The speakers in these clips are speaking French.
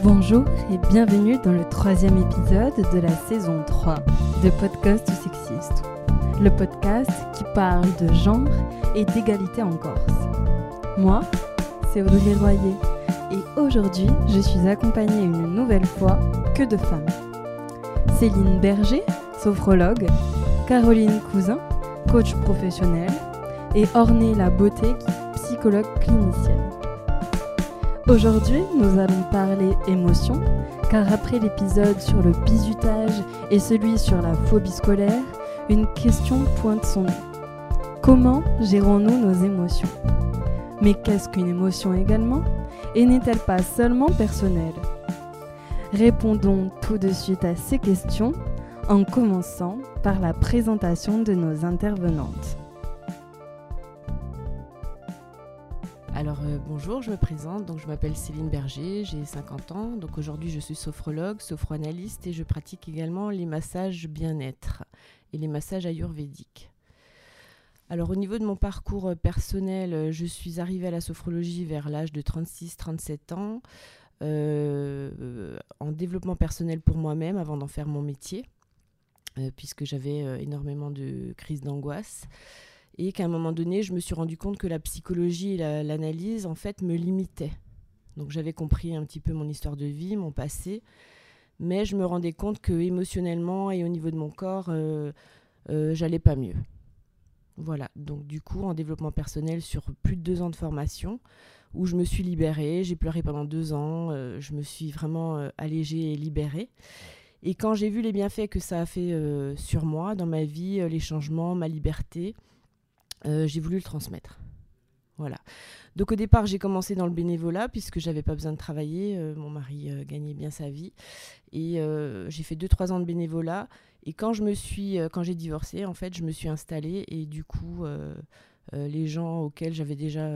Bonjour et bienvenue dans le 3e épisode de la saison 3 de Podcast Sexiste, le podcast qui parle de genre et d'égalité en Corse. Moi, c'est Audrey Royer et aujourd'hui, je suis accompagnée une nouvelle fois que de femmes. Céline Berger, sophrologue, Caroline Cousin, coach professionnel et Ornella Beauté, psychologue clinicienne. Aujourd'hui, nous allons parler émotion, car après l'épisode sur le bizutage et celui sur la phobie scolaire, une question pointe son nez. Comment gérons-nous nos émotions ? Mais qu'est-ce qu'une émotion également ? Et n'est-elle pas seulement personnelle ? Répondons tout de suite à ces questions en commençant par la présentation de nos intervenantes. Alors bonjour, je me présente, donc je m'appelle Céline Berger, j'ai 50 ans, donc aujourd'hui je suis sophrologue, sophroanalyste et je pratique également les massages bien-être et les massages ayurvédiques. Alors au niveau de mon parcours personnel, je suis arrivée à la sophrologie vers l'âge de 36-37 ans, en développement personnel pour moi-même avant d'en faire mon métier, puisque j'avais énormément de crises d'angoisse. Et qu'à un moment donné, je me suis rendu compte que la psychologie et l'analyse, en fait, me limitaient. Donc j'avais compris un petit peu mon histoire de vie, mon passé, mais je me rendais compte que émotionnellement et au niveau de mon corps, j'allais pas mieux. Voilà, donc du coup, en développement personnel, sur plus de 2 ans de formation, où je me suis libérée, j'ai pleuré pendant 2 ans, je me suis vraiment allégée et libérée. Et quand j'ai vu les bienfaits que ça a fait sur moi, dans ma vie, les changements, ma liberté, j'ai voulu le transmettre. Voilà. Donc au départ, j'ai commencé dans le bénévolat puisque j'avais pas besoin de travailler. Mon mari gagnait bien sa vie. Et j'ai fait 2-3 ans de bénévolat. Et quand j'ai divorcé, en fait, je me suis installée. Et du coup, les gens auxquels j'avais déjà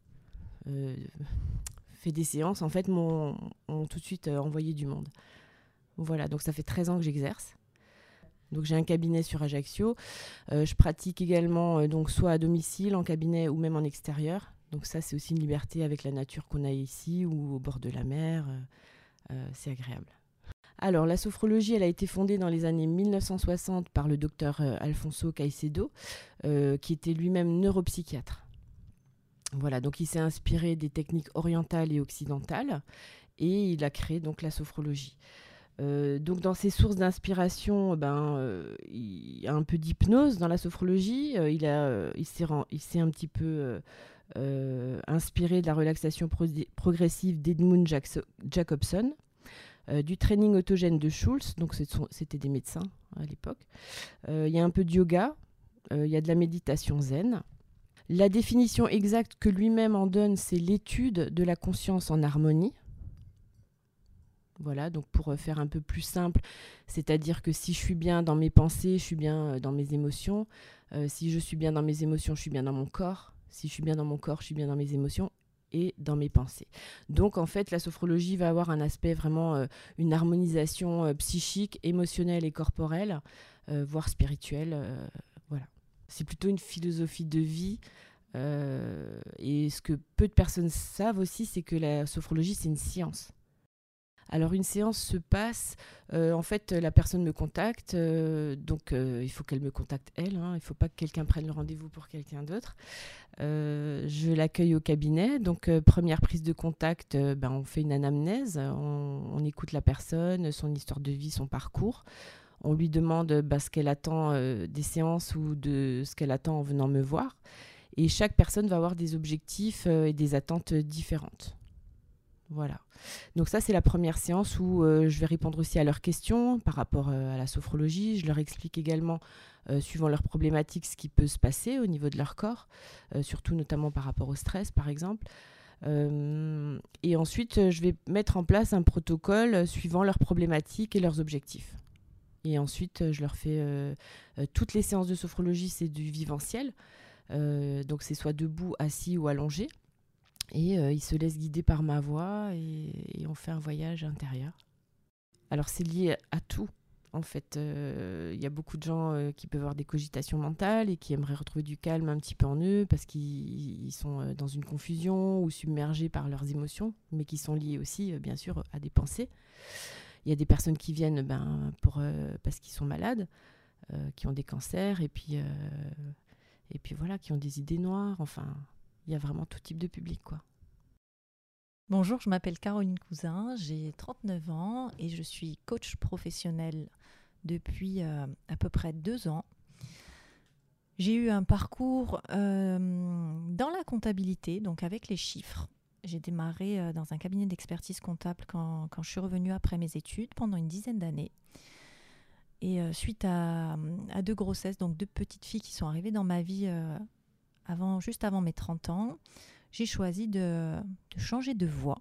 fait des séances, en fait, m'ont tout de suite envoyé du monde. Voilà, donc ça fait 13 ans que j'exerce. Donc j'ai un cabinet sur Ajaccio. Je pratique également donc soit à domicile, en cabinet ou même en extérieur. Donc ça, c'est aussi une liberté avec la nature qu'on a ici ou au bord de la mer. C'est agréable. Alors la sophrologie, elle a été fondée dans les années 1960 par le docteur Alfonso Caicedo, qui était lui-même neuropsychiatre. Voilà, donc il s'est inspiré des techniques orientales et occidentales et il a créé donc la sophrologie. Donc dans ses sources d'inspiration, il y a un peu d'hypnose dans la sophrologie. Il s'est un petit peu inspiré de la relaxation progressive d'Edmund Jacobson, du training autogène de Schultz, donc c'était des médecins à l'époque. Il y a un peu de yoga, il y a de la méditation zen. La définition exacte que lui-même en donne, c'est l'étude de la conscience en harmonie. Voilà, donc pour faire un peu plus simple, c'est-à-dire que si je suis bien dans mes pensées, je suis bien dans mes émotions. Si je suis bien dans mes émotions, je suis bien dans mon corps. Si je suis bien dans mon corps, je suis bien dans mes émotions et dans mes pensées. Donc en fait, la sophrologie va avoir un aspect vraiment, une harmonisation psychique, émotionnelle et corporelle, voire spirituelle. Voilà. C'est plutôt une philosophie de vie. Et ce que peu de personnes savent aussi, c'est que la sophrologie, c'est une science. Alors une séance se passe, en fait la personne me contacte, donc il faut qu'elle me contacte elle, il ne faut pas que quelqu'un prenne le rendez-vous pour quelqu'un d'autre. Je l'accueille au cabinet, donc première prise de contact, on fait une anamnèse, on écoute la personne, son histoire de vie, son parcours. On lui demande ce qu'elle attend des séances ou de ce qu'elle attend en venant me voir. Et chaque personne va avoir des objectifs et des attentes différentes. Voilà. Donc ça, c'est la première séance où je vais répondre aussi à leurs questions par rapport à la sophrologie. Je leur explique également, suivant leurs problématiques, ce qui peut se passer au niveau de leur corps, surtout notamment par rapport au stress, par exemple. Et ensuite, je vais mettre en place un protocole suivant leurs problématiques et leurs objectifs. Et ensuite, je leur fais toutes les séances de sophrologie, c'est du viventiel. Donc c'est soit debout, assis ou allongé. Et ils se laissent guider par ma voix et on fait un voyage intérieur. Alors c'est lié à tout. En fait, il y a beaucoup de gens qui peuvent avoir des cogitations mentales et qui aimeraient retrouver du calme un petit peu en eux parce qu'ils sont dans une confusion ou submergés par leurs émotions, mais qui sont liées aussi, bien sûr, à des pensées. Il y a des personnes qui viennent parce qu'ils sont malades, qui ont des cancers et puis voilà, qui ont des idées noires. Enfin, il y a vraiment tout type de public, quoi. Bonjour, je m'appelle Caroline Cousin, j'ai 39 ans et je suis coach professionnel depuis à peu près 2 ans. J'ai eu un parcours dans la comptabilité, donc avec les chiffres. J'ai démarré dans un cabinet d'expertise comptable quand je suis revenue après mes études pendant une dizaine d'années. Et suite à 2 grossesses, donc 2 petites filles qui sont arrivées dans ma vie juste avant mes 30 ans, j'ai choisi de changer de voie.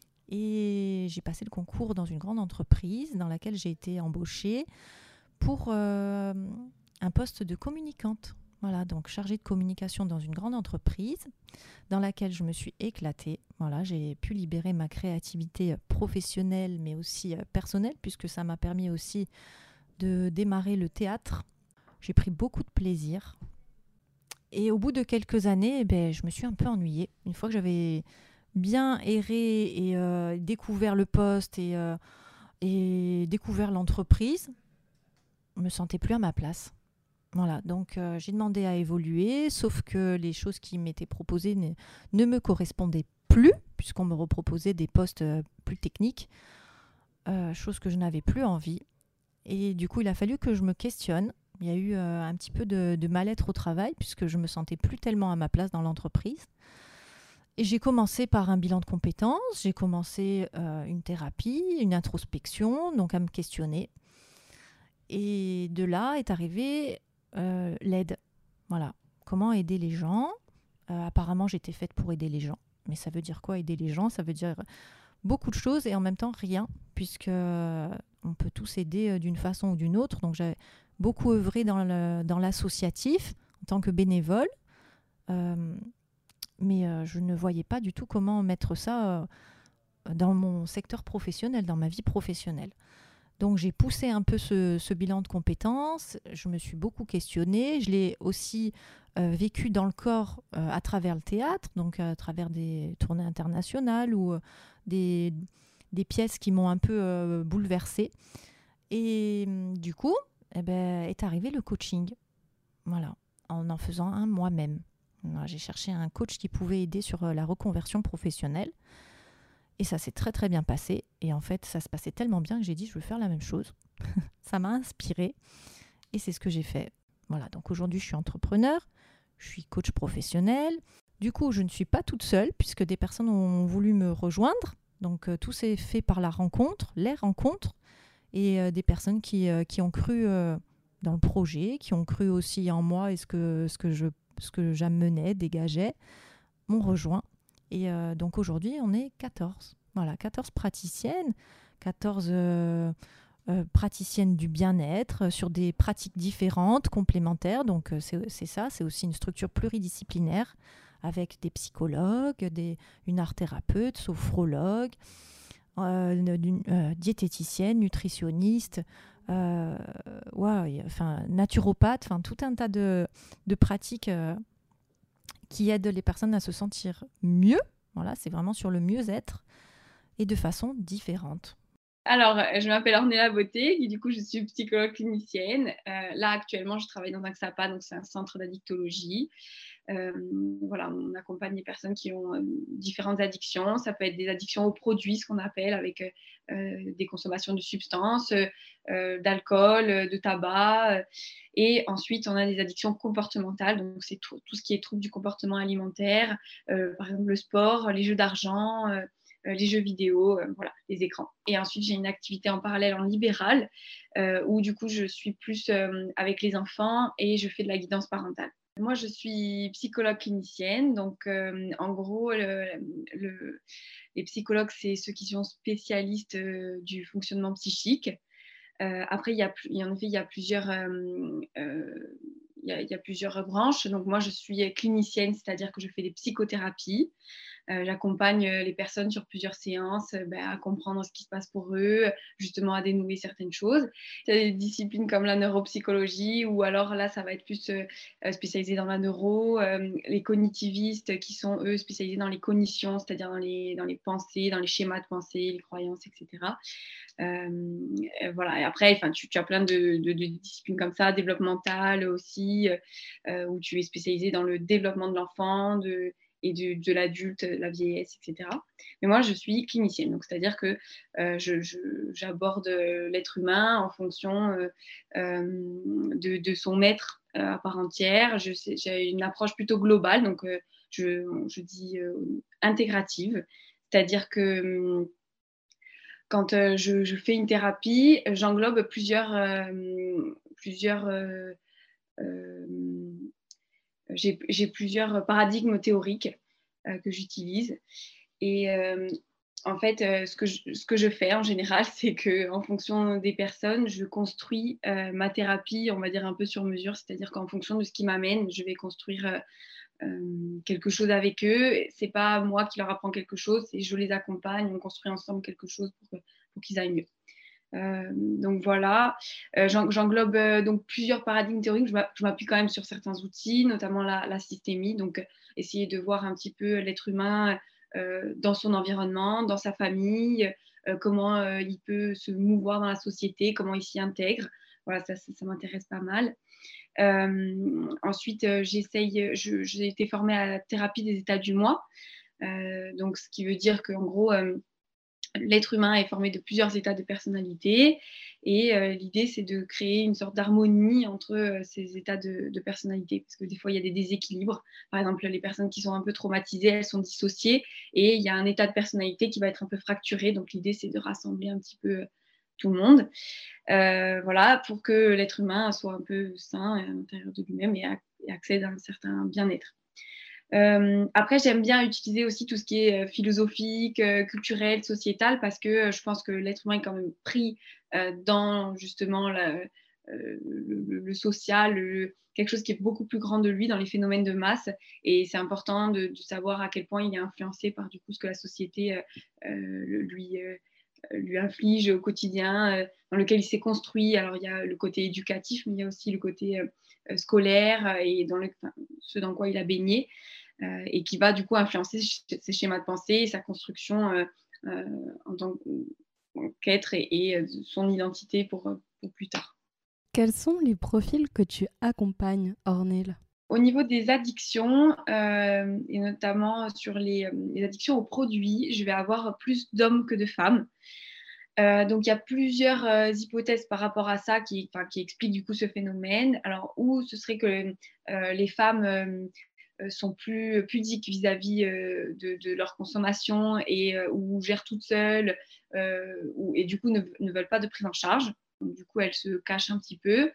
Et j'ai passé le concours dans une grande entreprise dans laquelle j'ai été embauchée pour un poste de communicante. Voilà, donc chargée de communication dans une grande entreprise dans laquelle je me suis éclatée. Voilà, j'ai pu libérer ma créativité professionnelle mais aussi personnelle puisque ça m'a permis aussi de démarrer le théâtre. J'ai pris beaucoup de plaisir. Et au bout de quelques années, je me suis un peu ennuyée. Une fois que j'avais bien erré et découvert le poste et découvert l'entreprise, je ne me sentais plus à ma place. Voilà, donc j'ai demandé à évoluer, sauf que les choses qui m'étaient proposées ne me correspondaient plus, puisqu'on me reproposait des postes plus techniques, chose que je n'avais plus envie. Et du coup, il a fallu que je me questionne. Il y a eu un petit peu de mal-être au travail, puisque je ne me sentais plus tellement à ma place dans l'entreprise. Et j'ai commencé par un bilan de compétences, j'ai commencé une thérapie, une introspection, donc à me questionner. Et de là est arrivée l'aide. Voilà. Comment aider les gens ? Apparemment, j'étais faite pour aider les gens. Mais ça veut dire quoi, aider les gens ? Ça veut dire beaucoup de choses et en même temps rien, puisque on peut tous aider d'une façon ou d'une autre. Donc, j'ai beaucoup œuvré dans l'associatif en tant que bénévole. Mais je ne voyais pas du tout comment mettre ça dans mon secteur professionnel, dans ma vie professionnelle. Donc j'ai poussé un peu ce bilan de compétences, je me suis beaucoup questionnée, je l'ai aussi vécu dans le corps à travers le théâtre, donc à travers des tournées internationales ou des pièces qui m'ont un peu bouleversée. Et du coup, est arrivé le coaching, voilà, en faisant un moi-même. Voilà, j'ai cherché un coach qui pouvait aider sur la reconversion professionnelle. Et ça s'est très très bien passé. Et en fait, ça se passait tellement bien que j'ai dit, je veux faire la même chose. Ça m'a inspirée. Et c'est ce que j'ai fait. Voilà, donc aujourd'hui, je suis entrepreneur. Je suis coach professionnel. Du coup, je ne suis pas toute seule puisque des personnes ont voulu me rejoindre. Donc, tout s'est fait par les rencontres. Et des personnes qui ont cru dans le projet, qui ont cru aussi en moi et ce que j'amenais, dégageais, m'ont rejoint. Et donc aujourd'hui, on est 14. Voilà, 14 praticiennes, 14 praticiennes du bien-être sur des pratiques différentes, complémentaires. Donc c'est ça, c'est aussi une structure pluridisciplinaire avec des psychologues, une art-thérapeute, sophrologue, diététicienne, nutritionniste, naturopathe, tout un tas de pratiques qui aident les personnes à se sentir mieux. Voilà, c'est vraiment sur le mieux-être et de façon différente. Alors, je m'appelle Ornella Beauté et du coup, je suis psychologue clinicienne. Là, actuellement, je travaille dans un XAPA, donc c'est un centre d'addictologie. Voilà, on accompagne les personnes qui ont différentes addictions. Ça peut être des addictions aux produits, ce qu'on appelle, avec des consommations de substances, d'alcool, de tabac. Et ensuite, on a des addictions comportementales. Donc, c'est tout ce qui est trouble du comportement alimentaire, par exemple le sport, les jeux d'argent, les jeux vidéo, voilà, les écrans. Et ensuite, j'ai une activité en parallèle en libéral où du coup, je suis plus avec les enfants et je fais de la guidance parentale. Moi, je suis psychologue clinicienne. Donc, en gros, les psychologues, c'est ceux qui sont spécialistes du fonctionnement psychique. Après, il y a plusieurs... il y a plusieurs branches. Donc, moi, je suis clinicienne, c'est-à-dire que je fais des psychothérapies. J'accompagne les personnes sur plusieurs séances à comprendre ce qui se passe pour eux, justement à dénouer certaines choses. Il y a des disciplines comme la neuropsychologie, ou alors là, ça va être plus spécialisé dans la neuro, les cognitivistes qui sont, eux, spécialisés dans les cognitions, c'est-à-dire dans les pensées, dans les schémas de pensée, les croyances, etc. Voilà. Et après, tu as plein de disciplines comme ça, développementales aussi, où tu es spécialisé dans le développement de l'enfant, et de l'adulte, la vieillesse, etc. Mais moi, je suis clinicienne, donc c'est-à-dire que j'aborde l'être humain en fonction de son être à part entière. J'ai une approche plutôt globale, donc je dis intégrative, c'est-à-dire que quand je fais une thérapie, j'englobe j'ai plusieurs paradigmes théoriques que j'utilise. Et en fait, ce que je fais en général, c'est qu'en fonction des personnes, je construis ma thérapie, on va dire un peu sur mesure, c'est-à-dire qu'en fonction de ce qui m'amène, je vais construire quelque chose avec eux. C'est pas moi qui leur apprends quelque chose, c'est je les accompagne, on construit ensemble quelque chose pour qu'ils aillent mieux. Donc voilà, j'englobe donc plusieurs paradigmes théoriques. Je m'appuie quand même sur certains outils, notamment la systémie, donc essayer de voir un petit peu l'être humain dans son environnement, dans sa famille, comment il peut se mouvoir dans la société, comment il s'y intègre. Voilà, ça m'intéresse pas mal. Ensuite, j'ai été formée à la thérapie des états du moi, donc ce qui veut dire qu'en gros, l'être humain est formé de plusieurs états de personnalité, et l'idée, c'est de créer une sorte d'harmonie entre ces états de personnalité, parce que des fois, il y a des déséquilibres. Par exemple, les personnes qui sont un peu traumatisées, elles sont dissociées, et il y a un état de personnalité qui va être un peu fracturé. Donc, l'idée, c'est de rassembler un petit peu tout le monde, voilà, pour que l'être humain soit un peu sain à l'intérieur de lui-même et accède à un certain bien-être. Après, j'aime bien utiliser aussi tout ce qui est philosophique, culturel, sociétal, parce que je pense que l'être humain est quand même pris dans justement le social, quelque chose qui est beaucoup plus grand de lui, dans les phénomènes de masse. Et c'est important de savoir à quel point il est influencé par du coup ce que la société lui inflige au quotidien, dans lequel il s'est construit. Alors, il y a le côté éducatif, mais il y a aussi le côté scolaire et ce dans quoi il a baigné, et qui va du coup influencer ses schémas de pensée et sa construction en tant qu'être et son identité pour plus tard. Quels sont les profils que tu accompagnes, Ornelle ? Au niveau des addictions, et notamment sur les addictions aux produits, je vais avoir plus d'hommes que de femmes. Donc, il y a plusieurs hypothèses par rapport à ça qui expliquent du coup ce phénomène. Alors, où ce serait que les femmes sont plus pudiques vis-à-vis de leur consommation ou gèrent toutes seules et du coup ne veulent pas de prise en charge. Donc, du coup, elles se cachent un petit peu.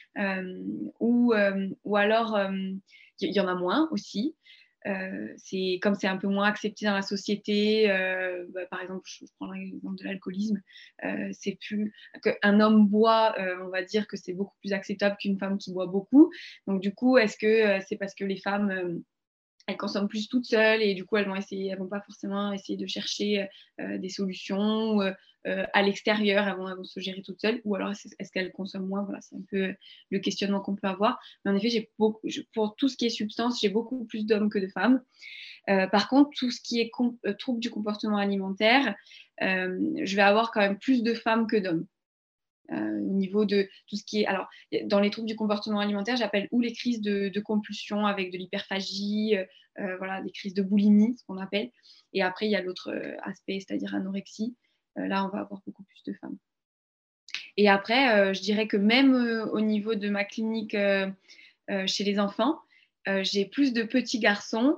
Ou alors, il y en a moins aussi. Comme c'est un peu moins accepté dans la société, par exemple, je prends l'exemple de l'alcoolisme, c'est plus qu'un homme boit, on va dire que c'est beaucoup plus acceptable qu'une femme qui boit beaucoup. Donc du coup, est-ce que c'est parce que les femmes elles consomment plus toutes seules et du coup elles vont pas forcément essayer de chercher des solutions à l'extérieur, elles vont se gérer toutes seules, ou alors est-ce qu'elles consomment moins? Voilà, c'est un peu le questionnement qu'on peut avoir. Mais en effet, pour tout ce qui est substance, j'ai beaucoup plus d'hommes que de femmes. Par contre, tout ce qui est trouble du comportement alimentaire, je vais avoir quand même plus de femmes que d'hommes. Au niveau de tout ce qui est... Alors, dans les troubles du comportement alimentaire, j'appelle ou les crises de compulsion avec de l'hyperphagie, voilà, des crises de boulimie, ce qu'on appelle. Et après, il y a l'autre aspect, c'est-à-dire anorexie. Là, on va avoir beaucoup plus de femmes. Et après, je dirais que même au niveau de ma clinique chez les enfants, j'ai plus de petits garçons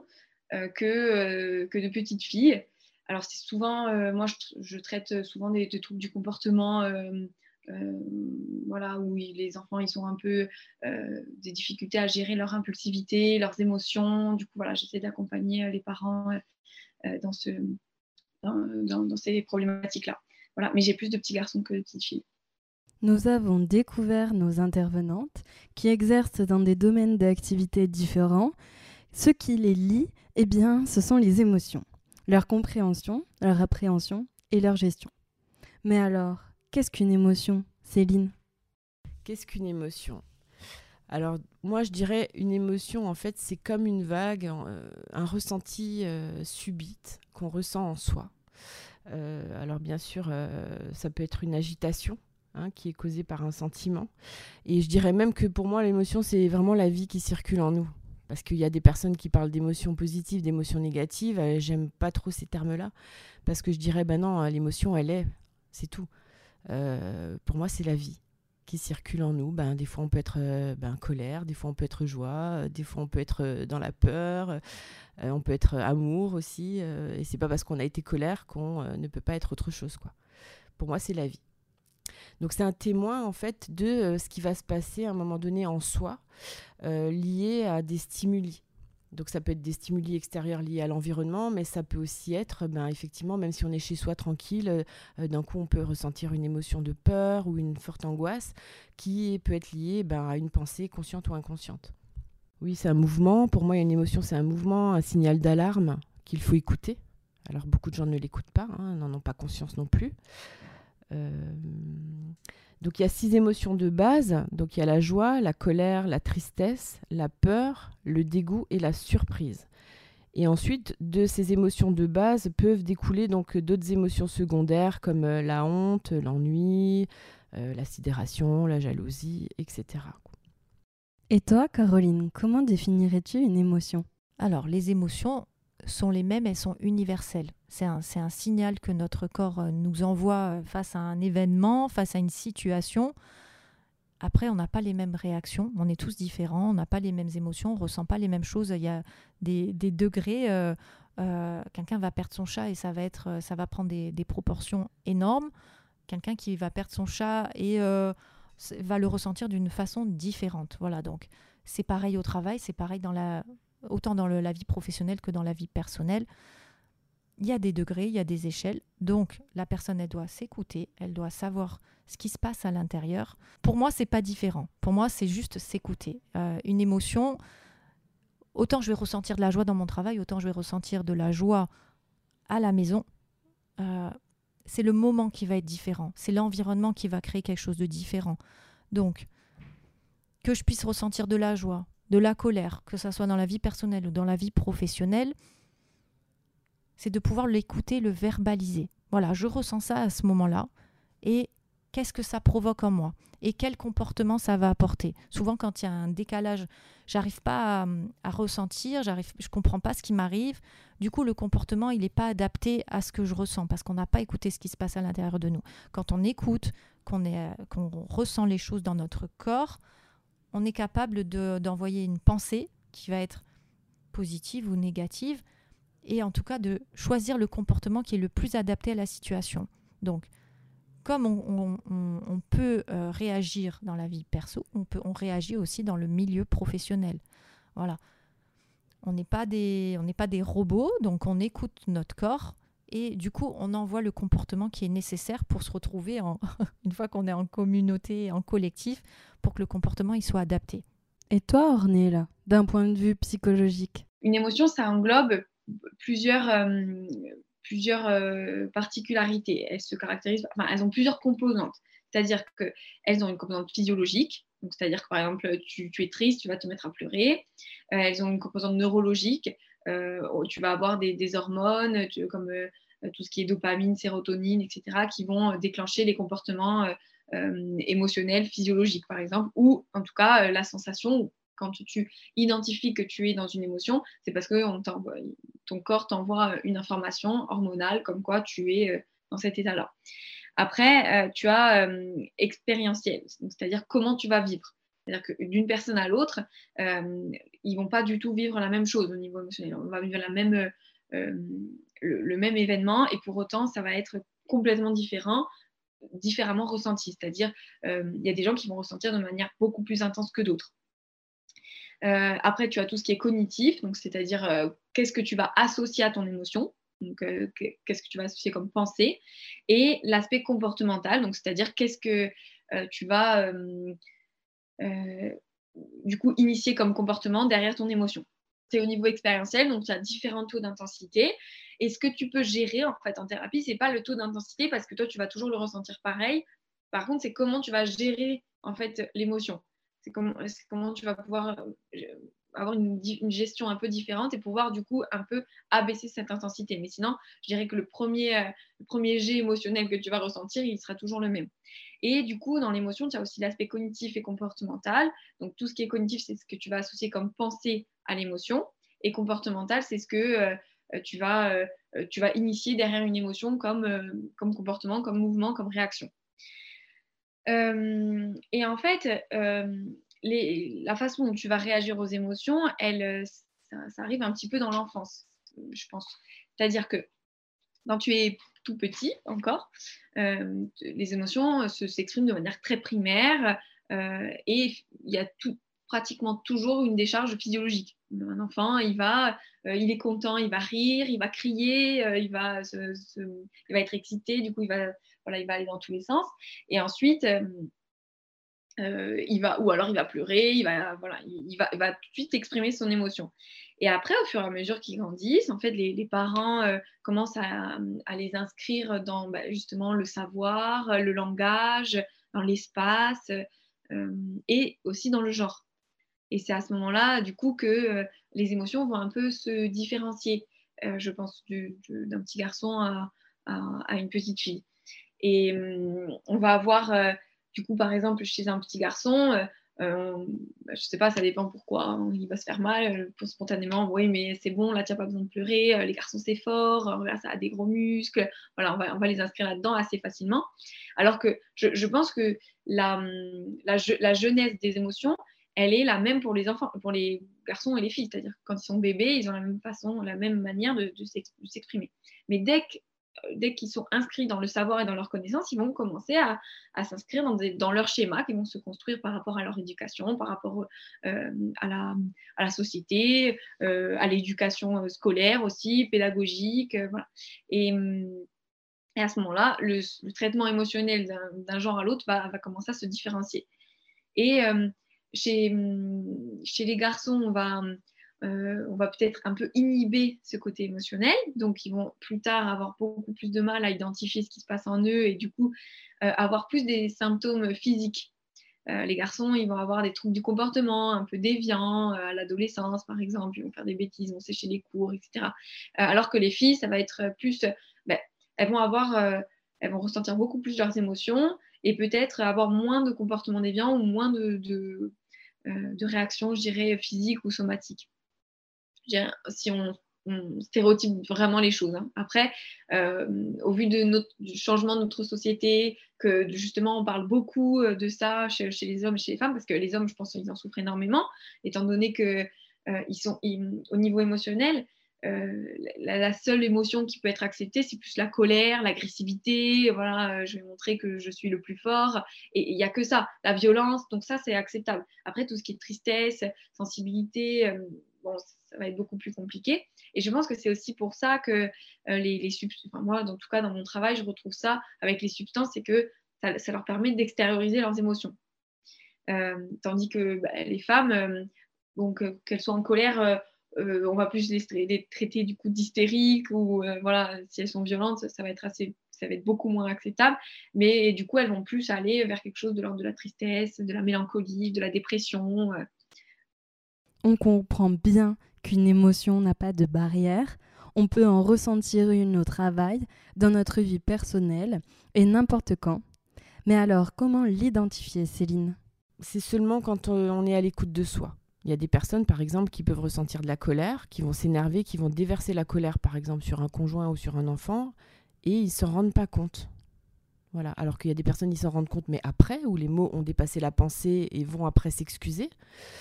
que de petites filles. Alors, c'est souvent... moi, je traite souvent des troubles du comportement... voilà, où les enfants ils ont un peu des difficultés à gérer leur impulsivité, leurs émotions. Du coup, voilà, j'essaie d'accompagner les parents dans ces problématiques-là. Voilà, mais j'ai plus de petits garçons que de petites filles. Nous avons découvert nos intervenantes qui exercent dans des domaines d'activité différents. Ce qui les lie, eh bien, ce sont les émotions. leur compréhension, leur appréhension et leur gestion. Mais alors, qu'est-ce qu'une émotion, Céline ? Qu'est-ce qu'une émotion ? Alors, moi, je dirais une émotion, en fait, c'est comme une vague, un ressenti subite qu'on ressent en soi. Alors, bien sûr, ça peut être une agitation qui est causée par un sentiment. Et je dirais même que pour moi, l'émotion, c'est vraiment la vie qui circule en nous. Parce qu'il y a des personnes qui parlent d'émotions positives, d'émotions négatives. J'aime pas trop ces termes-là. Parce que je dirais, non, l'émotion, elle est, c'est tout. Pour moi, c'est la vie qui circule en nous. Des fois, on peut être colère, des fois, on peut être joie, des fois, on peut être dans la peur, on peut être amour aussi. Et c'est pas parce qu'on a été colère qu'on ne peut pas être autre chose, quoi. Pour moi, c'est la vie. Donc, c'est un témoin, en fait, de ce qui va se passer à un moment donné en soi, lié à des stimuli. Donc, ça peut être des stimuli extérieurs liés à l'environnement, mais ça peut aussi être, effectivement, même si on est chez soi tranquille, d'un coup, on peut ressentir une émotion de peur ou une forte angoisse qui peut être liée à une pensée consciente ou inconsciente. Oui, c'est un mouvement. Pour moi, une émotion, c'est un mouvement, un signal d'alarme qu'il faut écouter. Alors, beaucoup de gens ne l'écoutent pas, n'en ont pas conscience non plus. Donc il y a 6 émotions de base. Donc il y a la joie, la colère, la tristesse, la peur, le dégoût et la surprise. Et ensuite, de ces émotions de base peuvent découler donc d'autres émotions secondaires comme la honte, l'ennui, la sidération, la jalousie, etc. Et toi, Caroline, comment définirais-tu une émotion ? Alors, les émotions sont les mêmes, elles sont universelles. C'est un signal que notre corps nous envoie face à un événement, face à une situation. Après, on n'a pas les mêmes réactions, on est tous différents, on n'a pas les mêmes émotions, on ne ressent pas les mêmes choses. Il y a des degrés. Quelqu'un va perdre son chat et ça va prendre des proportions énormes. Quelqu'un qui va perdre son chat et va le ressentir d'une façon différente. Voilà, donc c'est pareil au travail, c'est pareil autant dans la vie professionnelle que dans la vie personnelle. Il y a des degrés, il y a des échelles. Donc, la personne, elle doit s'écouter, elle doit savoir ce qui se passe à l'intérieur. Pour moi, c'est pas différent. Pour moi, c'est juste s'écouter. Une émotion, autant je vais ressentir de la joie dans mon travail, autant je vais ressentir de la joie à la maison. C'est le moment qui va être différent. C'est l'environnement qui va créer quelque chose de différent. Donc, que je puisse ressentir de la joie, de la colère, que ça soit dans la vie personnelle ou dans la vie professionnelle, c'est de pouvoir l'écouter, le verbaliser. Voilà, je ressens ça à ce moment-là. Et qu'est-ce que ça provoque en moi ? Et quel comportement ça va apporter ? Souvent, quand il y a un décalage, j'arrive pas à ressentir, je ne comprends pas ce qui m'arrive. Du coup, le comportement, il n'est pas adapté à ce que je ressens parce qu'on n'a pas écouté ce qui se passe à l'intérieur de nous. Quand on écoute, qu'on ressent les choses dans notre corps, on est capable d'envoyer une pensée qui va être positive ou négative, et en tout cas de choisir le comportement qui est le plus adapté à la situation. Donc, comme on peut réagir dans la vie perso, on réagit aussi dans le milieu professionnel. Voilà. On n'est pas des robots, donc on écoute notre corps et du coup, on envoie le comportement qui est nécessaire pour se retrouver, une fois qu'on est en communauté, en collectif, pour que le comportement il soit adapté. Et toi, Ornella, d'un point de vue psychologique ? Une émotion, ça englobe plusieurs particularités. Elles se caractérisent, elles ont plusieurs composantes. C'est-à-dire qu'elles ont une composante physiologique, donc c'est-à-dire que par exemple tu es triste, tu vas te mettre à pleurer. Elles ont une composante neurologique, tu vas avoir des hormones comme tout ce qui est dopamine, sérotonine, etc., qui vont déclencher les comportements émotionnels, physiologiques par exemple, ou en tout cas la sensation. Quand tu identifies que tu es dans une émotion, c'est parce que ton corps t'envoie une information hormonale comme quoi tu es dans cet état-là. Après, tu as expérientiel, c'est-à-dire comment tu vas vivre. C'est-à-dire que d'une personne à l'autre, ils ne vont pas du tout vivre la même chose au niveau émotionnel. On va vivre le même événement et pour autant, ça va être complètement différemment ressenti. C'est-à-dire, il y a des gens qui vont ressentir de manière beaucoup plus intense que d'autres. Après, tu as tout ce qui est cognitif, donc c'est-à-dire qu'est-ce que tu vas associer à ton émotion, donc qu'est-ce que tu vas associer comme pensée, et l'aspect comportemental, donc c'est-à-dire qu'est-ce que tu vas du coup initier comme comportement derrière ton émotion. c'est au niveau expérientiel, donc il y a différents taux d'intensité. Et ce que tu peux gérer en fait en thérapie, c'est pas le taux d'intensité parce que toi, tu vas toujours le ressentir pareil. Par contre, c'est comment tu vas gérer en fait l'émotion. C'est comment tu vas pouvoir avoir une gestion un peu différente et pouvoir du coup un peu abaisser cette intensité. Mais sinon, je dirais que le premier jet émotionnel que tu vas ressentir, il sera toujours le même. Et du coup, dans l'émotion, tu as aussi l'aspect cognitif et comportemental. Donc, tout ce qui est cognitif, c'est ce que tu vas associer comme pensée à l'émotion. Et comportemental, c'est ce que tu vas initier derrière une émotion comme comportement, comme mouvement, comme réaction. Et en fait, la façon dont tu vas réagir aux émotions, ça arrive un petit peu dans l'enfance, je pense. C'est-à-dire que quand tu es tout petit encore, les émotions s'expriment de manière très primaire et il y a pratiquement toujours une décharge physiologique. Un enfant, il est content, il va rire, il va crier, il va être excité, du coup il va aller dans tous les sens. Et ensuite, il va pleurer, il va tout de suite exprimer son émotion. Et après, au fur et à mesure qu'ils grandissent, en fait, les parents commencent à les inscrire dans justement le savoir, le langage, dans l'espace et aussi dans le genre. Et c'est à ce moment-là, du coup, que les émotions vont un peu se différencier, je pense, d'un petit garçon à une petite fille. Et on va avoir, du coup, par exemple, chez un petit garçon, je sais pas, ça dépend pourquoi, hein, il va se faire mal, spontanément, oui, mais c'est bon, là, tu n'as pas besoin de pleurer, les garçons, c'est fort, là, ça a des gros muscles, voilà, on va les inscrire là-dedans assez facilement. Alors que je pense que la jeunesse des émotions, elle est la même pour les enfants, pour les garçons et les filles, c'est-à-dire que quand ils sont bébés, ils ont la même façon, la même manière de s'exprimer. Mais dès qu'ils sont inscrits dans le savoir et dans leur connaissance, ils vont commencer à s'inscrire dans leur schéma qui vont se construire par rapport à leur éducation, par rapport à la société, à l'éducation scolaire aussi, pédagogique. Voilà. Et à ce moment-là, le traitement émotionnel d'un genre à l'autre va commencer à se différencier. Et chez les garçons, on va peut-être un peu inhiber ce côté émotionnel, donc ils vont plus tard avoir beaucoup plus de mal à identifier ce qui se passe en eux et du coup avoir plus des symptômes physiques. Les garçons, ils vont avoir des troubles du comportement un peu déviants à l'adolescence, par exemple, ils vont faire des bêtises, vont sécher les cours, etc. Alors que les filles, ça va être plus, elles vont ressentir beaucoup plus leurs émotions et peut-être avoir moins de comportements déviants ou moins de réactions, je dirais, physiques ou somatiques. Si on stéréotype vraiment les choses. Hein. Après, au vu du changement de notre société, que justement on parle beaucoup de ça chez les hommes et chez les femmes, parce que les hommes, je pense qu'ils en souffrent énormément, étant donné que au niveau émotionnel, la seule émotion qui peut être acceptée, c'est plus la colère, l'agressivité, voilà, je vais montrer que je suis le plus fort, et il n'y a que ça, la violence, donc ça c'est acceptable. Après, tout ce qui est tristesse, sensibilité, ça va être beaucoup plus compliqué. Et je pense que c'est aussi pour ça que les substances, moi, en tout cas dans mon travail, je retrouve ça avec les substances, c'est que ça leur permet d'extérioriser leurs émotions. Tandis que les femmes, qu'elles soient en colère, on va plus les traiter du coup d'hystériques ou voilà, si elles sont violentes, ça va être beaucoup moins acceptable, mais du coup elles vont plus aller vers quelque chose de l'ordre de la tristesse, de la mélancolie, de la dépression. On comprend bien qu'une émotion n'a pas de barrière. On peut en ressentir une au travail, dans notre vie personnelle et n'importe quand. Mais alors, comment l'identifier, Céline ? C'est seulement quand on est à l'écoute de soi. Il y a des personnes, par exemple, qui peuvent ressentir de la colère, qui vont s'énerver, qui vont déverser la colère, par exemple, sur un conjoint ou sur un enfant, et ils ne s'en rendent pas compte. Voilà. Alors qu'il y a des personnes qui s'en rendent compte, mais après, où les mots ont dépassé la pensée et vont après s'excuser.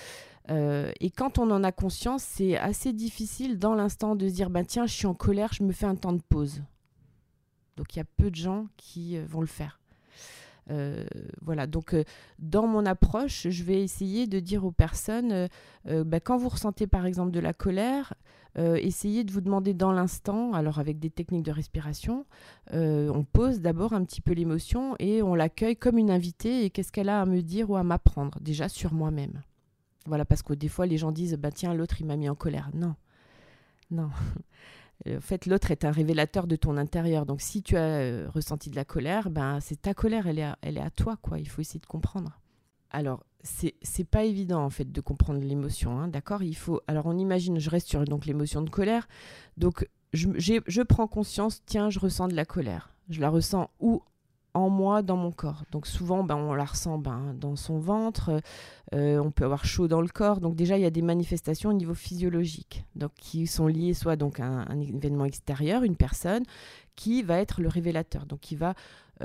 Et quand on en a conscience, c'est assez difficile dans l'instant de se dire tiens, je suis en colère, je me fais un temps de pause. Donc il y a peu de gens qui vont le faire. Voilà, donc dans mon approche, je vais essayer de dire aux personnes, quand vous ressentez par exemple de la colère, essayez de vous demander dans l'instant, alors avec des techniques de respiration, on pose d'abord un petit peu l'émotion et on l'accueille comme une invitée et qu'est-ce qu'elle a à me dire ou à m'apprendre, déjà sur moi-même. Voilà, parce que des fois, les gens disent « tiens, l'autre, il m'a mis en colère ». Non, non. En fait, l'autre est un révélateur de ton intérieur. Donc, si tu as ressenti de la colère, c'est ta colère, elle est à toi, quoi. Il faut essayer de comprendre. Alors, c'est pas évident, en fait, de comprendre l'émotion, hein, d'accord ? Alors, on imagine, je reste sur donc, l'émotion de colère. Donc, je prends conscience, tiens, je ressens de la colère. Je la ressens où ? En moi, dans mon corps. Donc souvent, on la ressent dans son ventre, on peut avoir chaud dans le corps. Donc déjà, il y a des manifestations au niveau physiologique, donc qui sont liées soit donc à un événement extérieur, une personne, qui va être le révélateur, donc qui va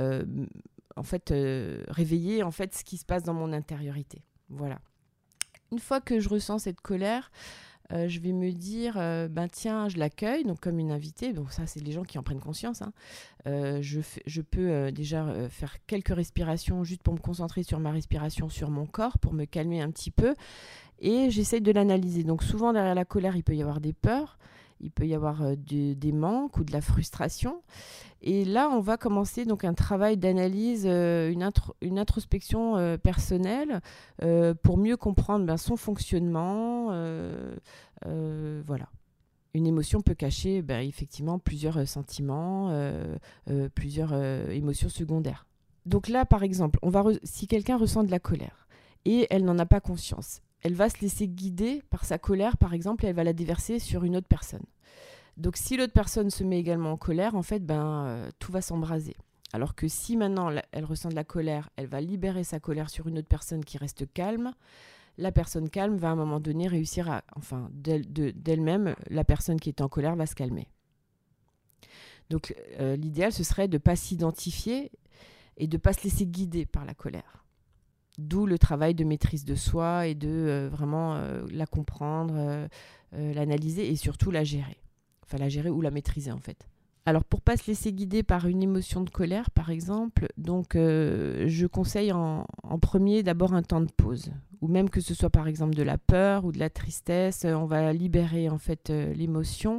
réveiller en fait ce qui se passe dans mon intériorité. Voilà. Une fois que je ressens cette colère, je vais me dire, tiens, je l'accueille, donc comme une invitée. Bon, ça, c'est les gens qui en prennent conscience. Hein. Je peux déjà faire quelques respirations juste pour me concentrer sur ma respiration, sur mon corps, pour me calmer un petit peu. Et j'essaye de l'analyser. Donc souvent, derrière la colère, il peut y avoir des peurs, il peut y avoir des manques ou de la frustration. Et là, on va commencer donc un travail d'analyse, une introspection personnelle pour mieux comprendre son fonctionnement. Voilà. Une émotion peut cacher effectivement plusieurs sentiments, plusieurs émotions secondaires. Donc là, par exemple, si quelqu'un ressent de la colère et elle n'en a pas conscience, elle va se laisser guider par sa colère, par exemple, et elle va la déverser sur une autre personne. Donc si l'autre personne se met également en colère, en fait, tout va s'embraser. Alors que si maintenant elle ressent de la colère, elle va libérer sa colère sur une autre personne qui reste calme. La personne calme va à un moment donné réussir d'elle-même, la personne qui est en colère va se calmer. Donc l'idéal, ce serait de ne pas s'identifier et de ne pas se laisser guider par la colère. D'où le travail de maîtrise de soi et de vraiment la comprendre, l'analyser et surtout la gérer. Enfin, la gérer ou la maîtriser, en fait. Alors, pour ne pas se laisser guider par une émotion de colère, par exemple, donc, je conseille en premier d'abord un temps de pause. Ou même que ce soit, par exemple, de la peur ou de la tristesse, on va libérer, en fait, l'émotion.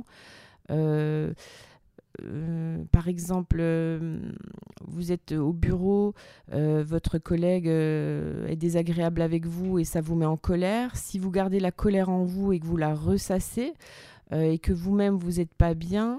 Par exemple, vous êtes au bureau, votre collègue est désagréable avec vous et ça vous met en colère. Si vous gardez la colère en vous et que vous la ressassez et que vous-même vous n'êtes pas bien,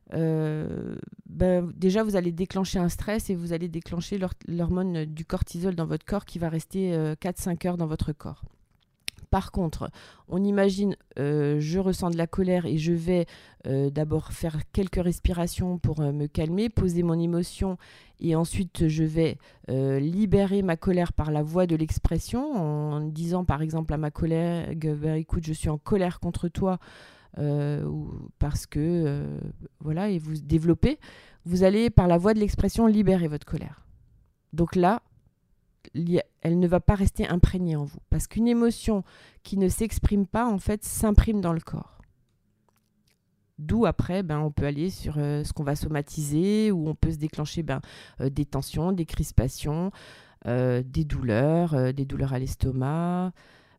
déjà vous allez déclencher un stress et vous allez déclencher l'hormone du cortisol dans votre corps qui va rester 4-5 heures dans votre corps. Par contre, on imagine, je ressens de la colère et je vais d'abord faire quelques respirations pour me calmer, poser mon émotion et ensuite je vais libérer ma colère par la voie de l'expression en disant par exemple à ma collègue écoute, je suis en colère contre toi parce que voilà, et vous développez, vous allez par la voie de l'expression libérer votre colère. Donc là, elle ne va pas rester imprégnée en vous. Parce qu'une émotion qui ne s'exprime pas, en fait, s'imprime dans le corps. D'où après, on peut aller sur ce qu'on va somatiser, où on peut se déclencher des tensions, des crispations, des douleurs à l'estomac,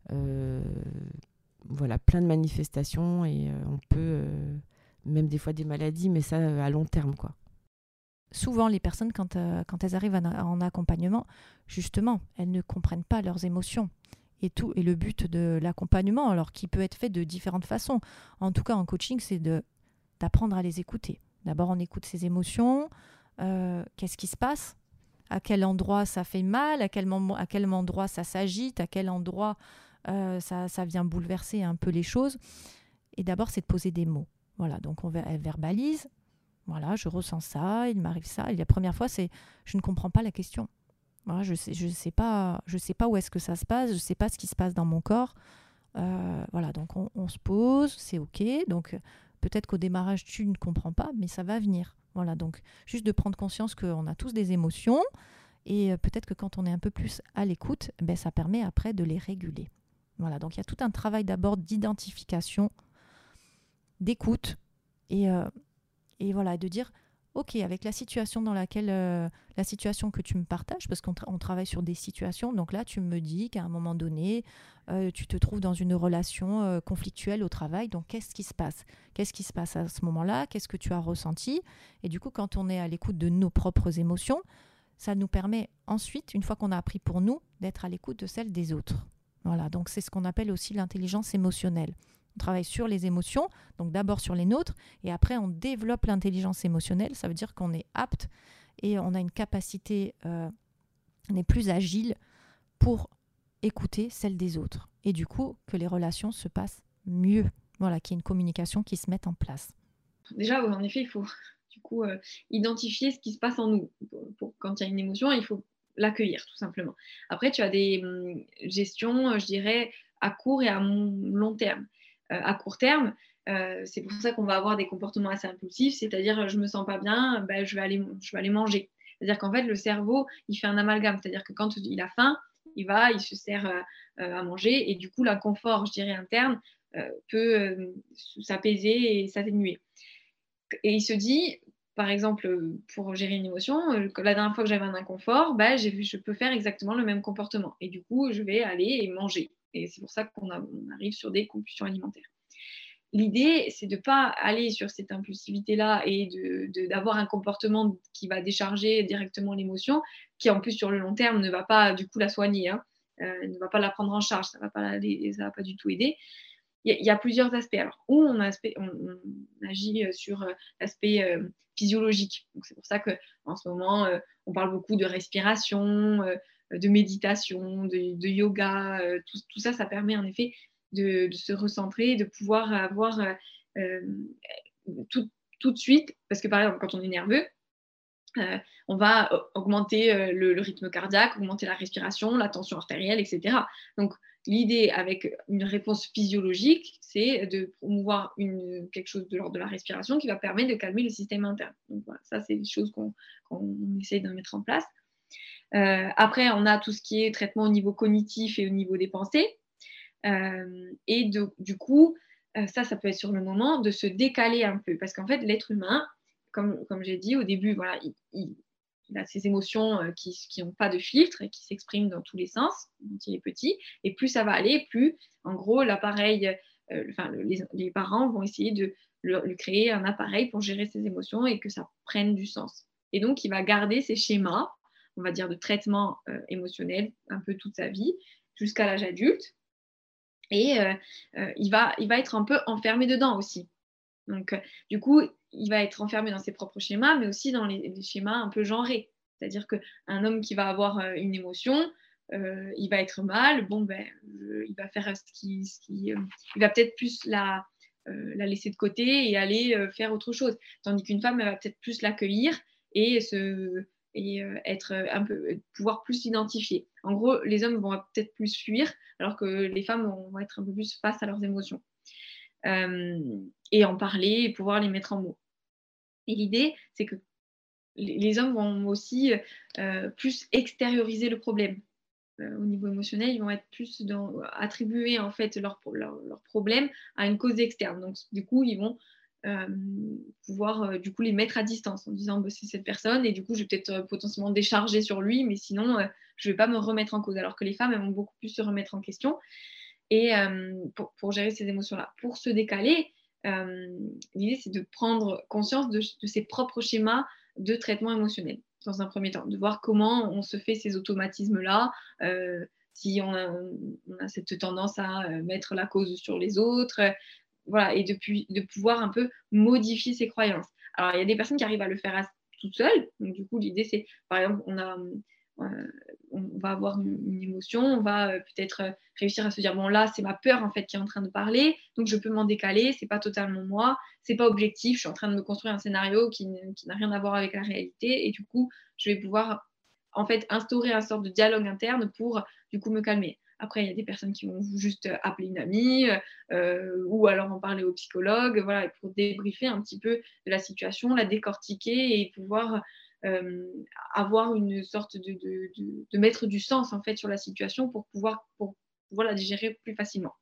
voilà, plein de manifestations et on peut, même des fois des maladies, mais ça à long terme, quoi. Souvent, les personnes, quand elles arrivent en accompagnement, justement, elles ne comprennent pas leurs émotions. Et le but de l'accompagnement, alors qui peut être fait de différentes façons, en tout cas en coaching, c'est d'apprendre à les écouter. D'abord, on écoute ses émotions, qu'est-ce qui se passe, à quel endroit ça fait mal, à quel endroit ça s'agite, à quel endroit ça vient bouleverser un peu les choses. Et d'abord, c'est de poser des mots. Voilà, donc elle verbalise. Voilà, je ressens ça, il m'arrive ça. Et la première fois, c'est je ne comprends pas la question. Voilà, je sais pas où est-ce que ça se passe, je sais pas ce qui se passe dans mon corps. Voilà, donc on se pose, c'est ok. Donc peut-être qu'au démarrage tu ne comprends pas, mais ça va venir. Voilà, donc juste de prendre conscience qu'on a tous des émotions et peut-être que quand on est un peu plus à l'écoute, ça permet après de les réguler. Voilà, donc il y a tout un travail d'abord d'identification, d'écoute et voilà, de dire, ok, avec la situation dans laquelle, la situation que tu me partages, parce qu'on travaille sur des situations, donc là, tu me dis qu'à un moment donné, tu te trouves dans une relation conflictuelle au travail, donc qu'est-ce qui se passe ? Qu'est-ce qui se passe à ce moment-là ? Qu'est-ce que tu as ressenti ? Et du coup, quand on est à l'écoute de nos propres émotions, ça nous permet ensuite, une fois qu'on a appris pour nous, d'être à l'écoute de celles des autres. Voilà, donc c'est ce qu'on appelle aussi l'intelligence émotionnelle. On travaille sur les émotions, donc d'abord sur les nôtres, et après on développe l'intelligence émotionnelle. Ça veut dire qu'on est apte et on a une capacité, on est plus agile pour écouter celle des autres. Et du coup, que les relations se passent mieux. Voilà, qu'il y ait une communication qui se mette en place. Déjà, en effet, il faut du coup identifier ce qui se passe en nous. Quand il y a une émotion, il faut l'accueillir, tout simplement. Après, tu as des gestions, je dirais, à court et à long terme. À court terme, c'est pour ça qu'on va avoir des comportements assez impulsifs, c'est-à-dire je me sens pas bien, je vais aller manger. C'est-à-dire qu'en fait, le cerveau, il fait un amalgame. C'est-à-dire que quand il a faim, il se sert à manger et du coup, l'inconfort, je dirais, interne peut s'apaiser et s'atténuer. Et il se dit, par exemple, pour gérer une émotion, la dernière fois que j'avais un inconfort, je peux faire exactement le même comportement. Et du coup, je vais aller et manger. Et c'est pour ça qu'on arrive sur des compulsions alimentaires. L'idée, c'est de ne pas aller sur cette impulsivité-là et d'avoir un comportement qui va décharger directement l'émotion, qui en plus sur le long terme ne va pas du coup la soigner, hein, ne va pas la prendre en charge, ça ne va pas du tout aider. Il y a plusieurs aspects. Alors, où on agit sur l'aspect physiologique. Donc, c'est pour ça qu'en ce moment, on parle beaucoup de respiration, de méditation, de yoga. Tout ça, ça permet en effet de se recentrer, de pouvoir avoir tout de suite, parce que par exemple, quand on est nerveux, on va augmenter le rythme cardiaque, augmenter la respiration, la tension artérielle, etc. Donc, l'idée avec une réponse physiologique, c'est de promouvoir quelque chose de l'ordre de la respiration qui va permettre de calmer le système interne. Donc, voilà, ça, c'est des choses qu'on essaie de mettre en place. Après, on a tout ce qui est traitement au niveau cognitif et au niveau des pensées. Du coup, ça peut être sur le moment de se décaler un peu. Parce qu'en fait, l'être humain, comme j'ai dit au début, voilà, il a ces émotions qui n'ont pas de filtre et qui s'expriment dans tous les sens quand il est petit. Et plus ça va aller, plus, en gros, l'appareil, les parents vont essayer de lui créer un appareil pour gérer ses émotions et que ça prenne du sens. Et donc, il va garder ces schémas, on va dire, de traitement émotionnel un peu toute sa vie, jusqu'à l'âge adulte. Et il va être un peu enfermé dedans aussi. Donc, du coup, il va être enfermé dans ses propres schémas, mais aussi dans les schémas un peu genrés. C'est-à-dire qu'un homme qui va avoir une émotion, il va être mal, il va faire il va peut-être plus la laisser de côté et aller faire autre chose. Tandis qu'une femme, elle va peut-être plus l'accueillir et être un peu, pouvoir plus s'identifier. En gros, les hommes vont peut-être plus fuir, alors que les femmes vont être un peu plus face à leurs émotions. Et en parler et pouvoir les mettre en mots. Et l'idée, c'est que les hommes vont aussi plus extérioriser le problème. Au niveau émotionnel, ils vont être plus attribuer en fait leur problème à une cause externe. Donc, du coup, ils vont pouvoir du coup les mettre à distance en disant c'est cette personne et du coup je vais peut-être potentiellement décharger sur lui, mais sinon je ne vais pas me remettre en cause. Alors que les femmes, elles vont beaucoup plus se remettre en question et pour gérer ces émotions-là. Pour se décaler, l'idée c'est de prendre conscience de ses propres schémas de traitement émotionnel dans un premier temps, de voir comment on se fait ces automatismes-là, si on a cette tendance à mettre la cause sur les autres, voilà, et de pouvoir un peu modifier ses croyances. Alors, il y a des personnes qui arrivent à le faire toutes seules. Donc, du coup, l'idée, c'est, par exemple, on va avoir une émotion, on va peut-être réussir à se dire, bon, là, c'est ma peur, en fait, qui est en train de parler, donc je peux m'en décaler, c'est pas totalement moi, c'est pas objectif, je suis en train de me construire un scénario qui n'a rien à voir avec la réalité, et du coup, je vais pouvoir, en fait, instaurer une sorte de dialogue interne pour, du coup, me calmer. Après, il y a des personnes qui vont juste appeler une amie ou alors en parler au psychologue, voilà, pour débriefer un petit peu de la situation, la décortiquer et pouvoir avoir une sorte de mettre du sens en fait sur la situation pour pouvoir la digérer plus facilement.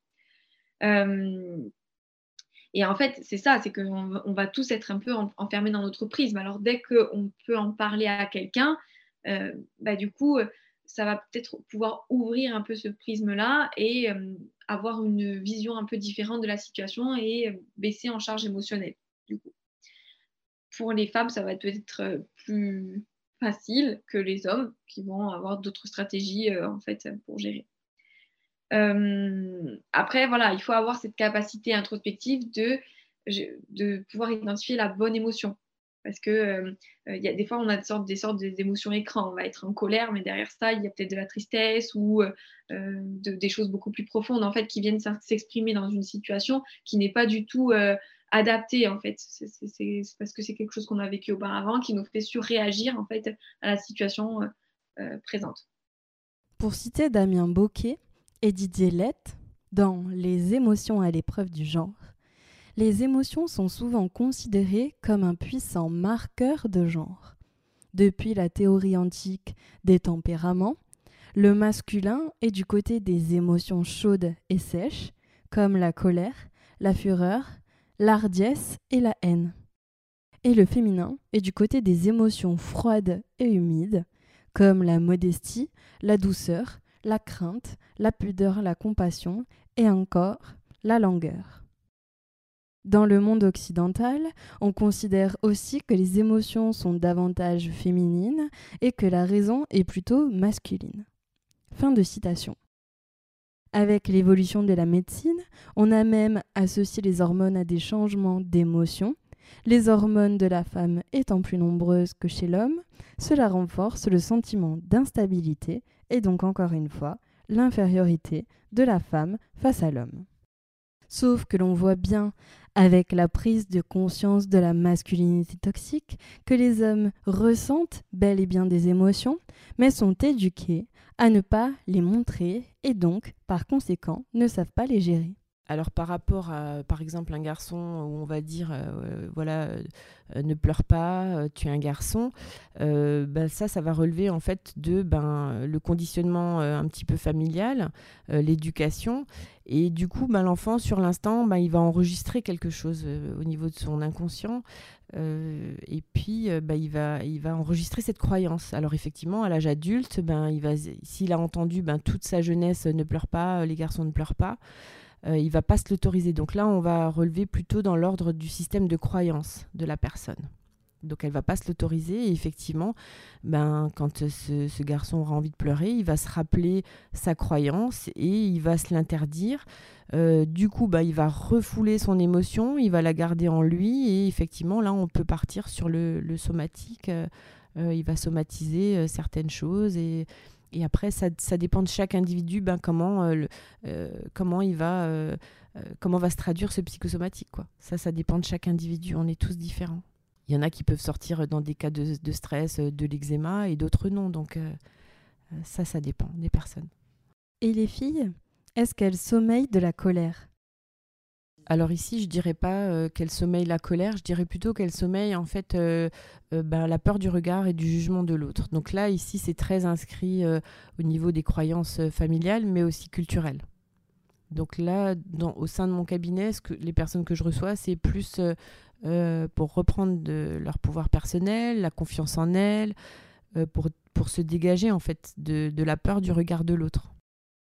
Et en fait, c'est ça, c'est qu'on va tous être un peu enfermés dans notre prisme. Alors, dès qu'on peut en parler à quelqu'un, du coup, ça va peut-être pouvoir ouvrir un peu ce prisme-là et avoir une vision un peu différente de la situation et baisser en charge émotionnelle, du coup. Pour les femmes, ça va être peut-être plus facile que les hommes qui vont avoir d'autres stratégies en fait pour gérer. Après, voilà, il faut avoir cette capacité introspective de pouvoir identifier la bonne émotion. Parce que y a, des fois, on a des sortes d'émotions écrans. On va être en colère, mais derrière ça, il y a peut-être de la tristesse ou des choses beaucoup plus profondes en fait, qui viennent s'exprimer dans une situation qui n'est pas du tout adaptée. En fait. C'est parce que c'est quelque chose qu'on a vécu auparavant qui nous fait surréagir en fait, à la situation présente. Pour citer Damien Bocquet et Didier Lett, dans Les émotions à l'épreuve du genre, les émotions sont souvent considérées comme un puissant marqueur de genre. Depuis la théorie antique des tempéraments, le masculin est du côté des émotions chaudes et sèches, comme la colère, la fureur, l'hardiesse et la haine. Et le féminin est du côté des émotions froides et humides, comme la modestie, la douceur, la crainte, la pudeur, la compassion et encore la langueur. Dans le monde occidental, on considère aussi que les émotions sont davantage féminines et que la raison est plutôt masculine. Fin de citation. Avec l'évolution de la médecine, on a même associé les hormones à des changements d'émotions. Les hormones de la femme étant plus nombreuses que chez l'homme, cela renforce le sentiment d'instabilité et donc encore une fois, l'infériorité de la femme face à l'homme. Sauf que l'on voit bien, avec la prise de conscience de la masculinité toxique, que les hommes ressentent bel et bien des émotions, mais sont éduqués à ne pas les montrer et donc, par conséquent, ne savent pas les gérer. Alors par rapport à, par exemple, un garçon où on va dire, ne pleure pas, tu es un garçon, ça va relever en fait de le conditionnement un petit peu familial, l'éducation. Et du coup, l'enfant, sur l'instant, il va enregistrer quelque chose au niveau de son inconscient. Et puis, il va enregistrer cette croyance. Alors effectivement, à l'âge adulte, s'il a entendu toute sa jeunesse, ne pleure pas, les garçons ne pleurent pas, il ne va pas se l'autoriser. Donc là, on va relever plutôt dans l'ordre du système de croyance de la personne. Donc elle ne va pas se l'autoriser. Et effectivement, quand ce garçon aura envie de pleurer, il va se rappeler sa croyance et il va se l'interdire. Du coup, il va refouler son émotion, il va la garder en lui. Et effectivement, là, on peut partir sur le somatique. Il va somatiser certaines choses et après, ça dépend de chaque individu, comment va se traduire ce psychosomatique, quoi. Ça dépend de chaque individu, on est tous différents. Il y en a qui peuvent sortir dans des cas de stress, de l'eczéma, et d'autres non. Donc ça dépend des personnes. Et les filles, est-ce qu'elles sommeillent de la colère ? Alors ici, je dirais pas qu'elle sommeille la colère, je dirais plutôt qu'elle sommeille en fait la peur du regard et du jugement de l'autre. Donc là, ici, c'est très inscrit au niveau des croyances familiales, mais aussi culturelles. Donc là, au sein de mon cabinet, les personnes que je reçois, c'est plus pour reprendre leur pouvoir personnel, la confiance en elles, pour se dégager en fait de la peur du regard de l'autre.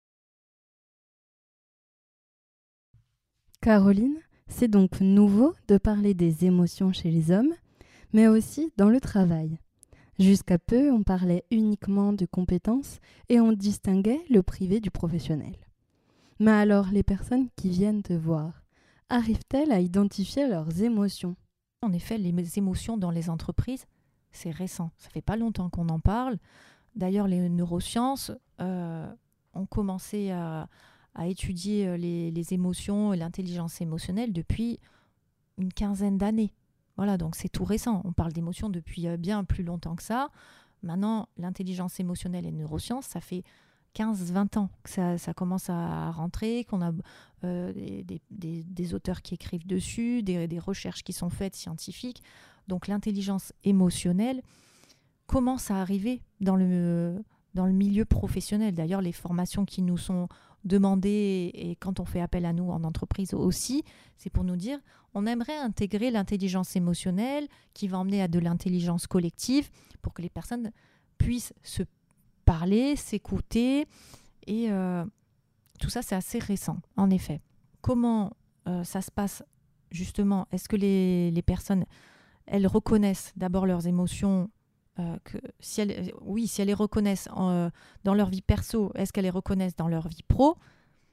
Caroline, c'est donc nouveau de parler des émotions chez les hommes, mais aussi dans le travail. Jusqu'à peu, on parlait uniquement de compétences et on distinguait le privé du professionnel. Mais alors, les personnes qui viennent te voir, arrivent-elles à identifier leurs émotions ? En effet, les émotions dans les entreprises, c'est récent. Ça fait pas longtemps qu'on en parle. D'ailleurs, les neurosciences ont commencé à étudier les émotions et l'intelligence émotionnelle depuis une quinzaine d'années. Voilà, donc c'est tout récent. On parle d'émotions depuis bien plus longtemps que ça. Maintenant, l'intelligence émotionnelle et les neurosciences, ça fait 15-20 ans que ça commence à rentrer, qu'on a des auteurs qui écrivent dessus, des recherches qui sont faites scientifiques. Donc l'intelligence émotionnelle commence à arriver dans le milieu professionnel. D'ailleurs, les formations qui nous sont demandées et quand on fait appel à nous en entreprise aussi, c'est pour nous dire on aimerait intégrer l'intelligence émotionnelle qui va emmener à de l'intelligence collective pour que les personnes puissent se parler, s'écouter et tout ça c'est assez récent en effet. Comment ça se passe justement? Est-ce que les personnes elles reconnaissent d'abord leurs émotions si elles les reconnaissent dans leur vie perso, est-ce qu'elles les reconnaissent dans leur vie pro?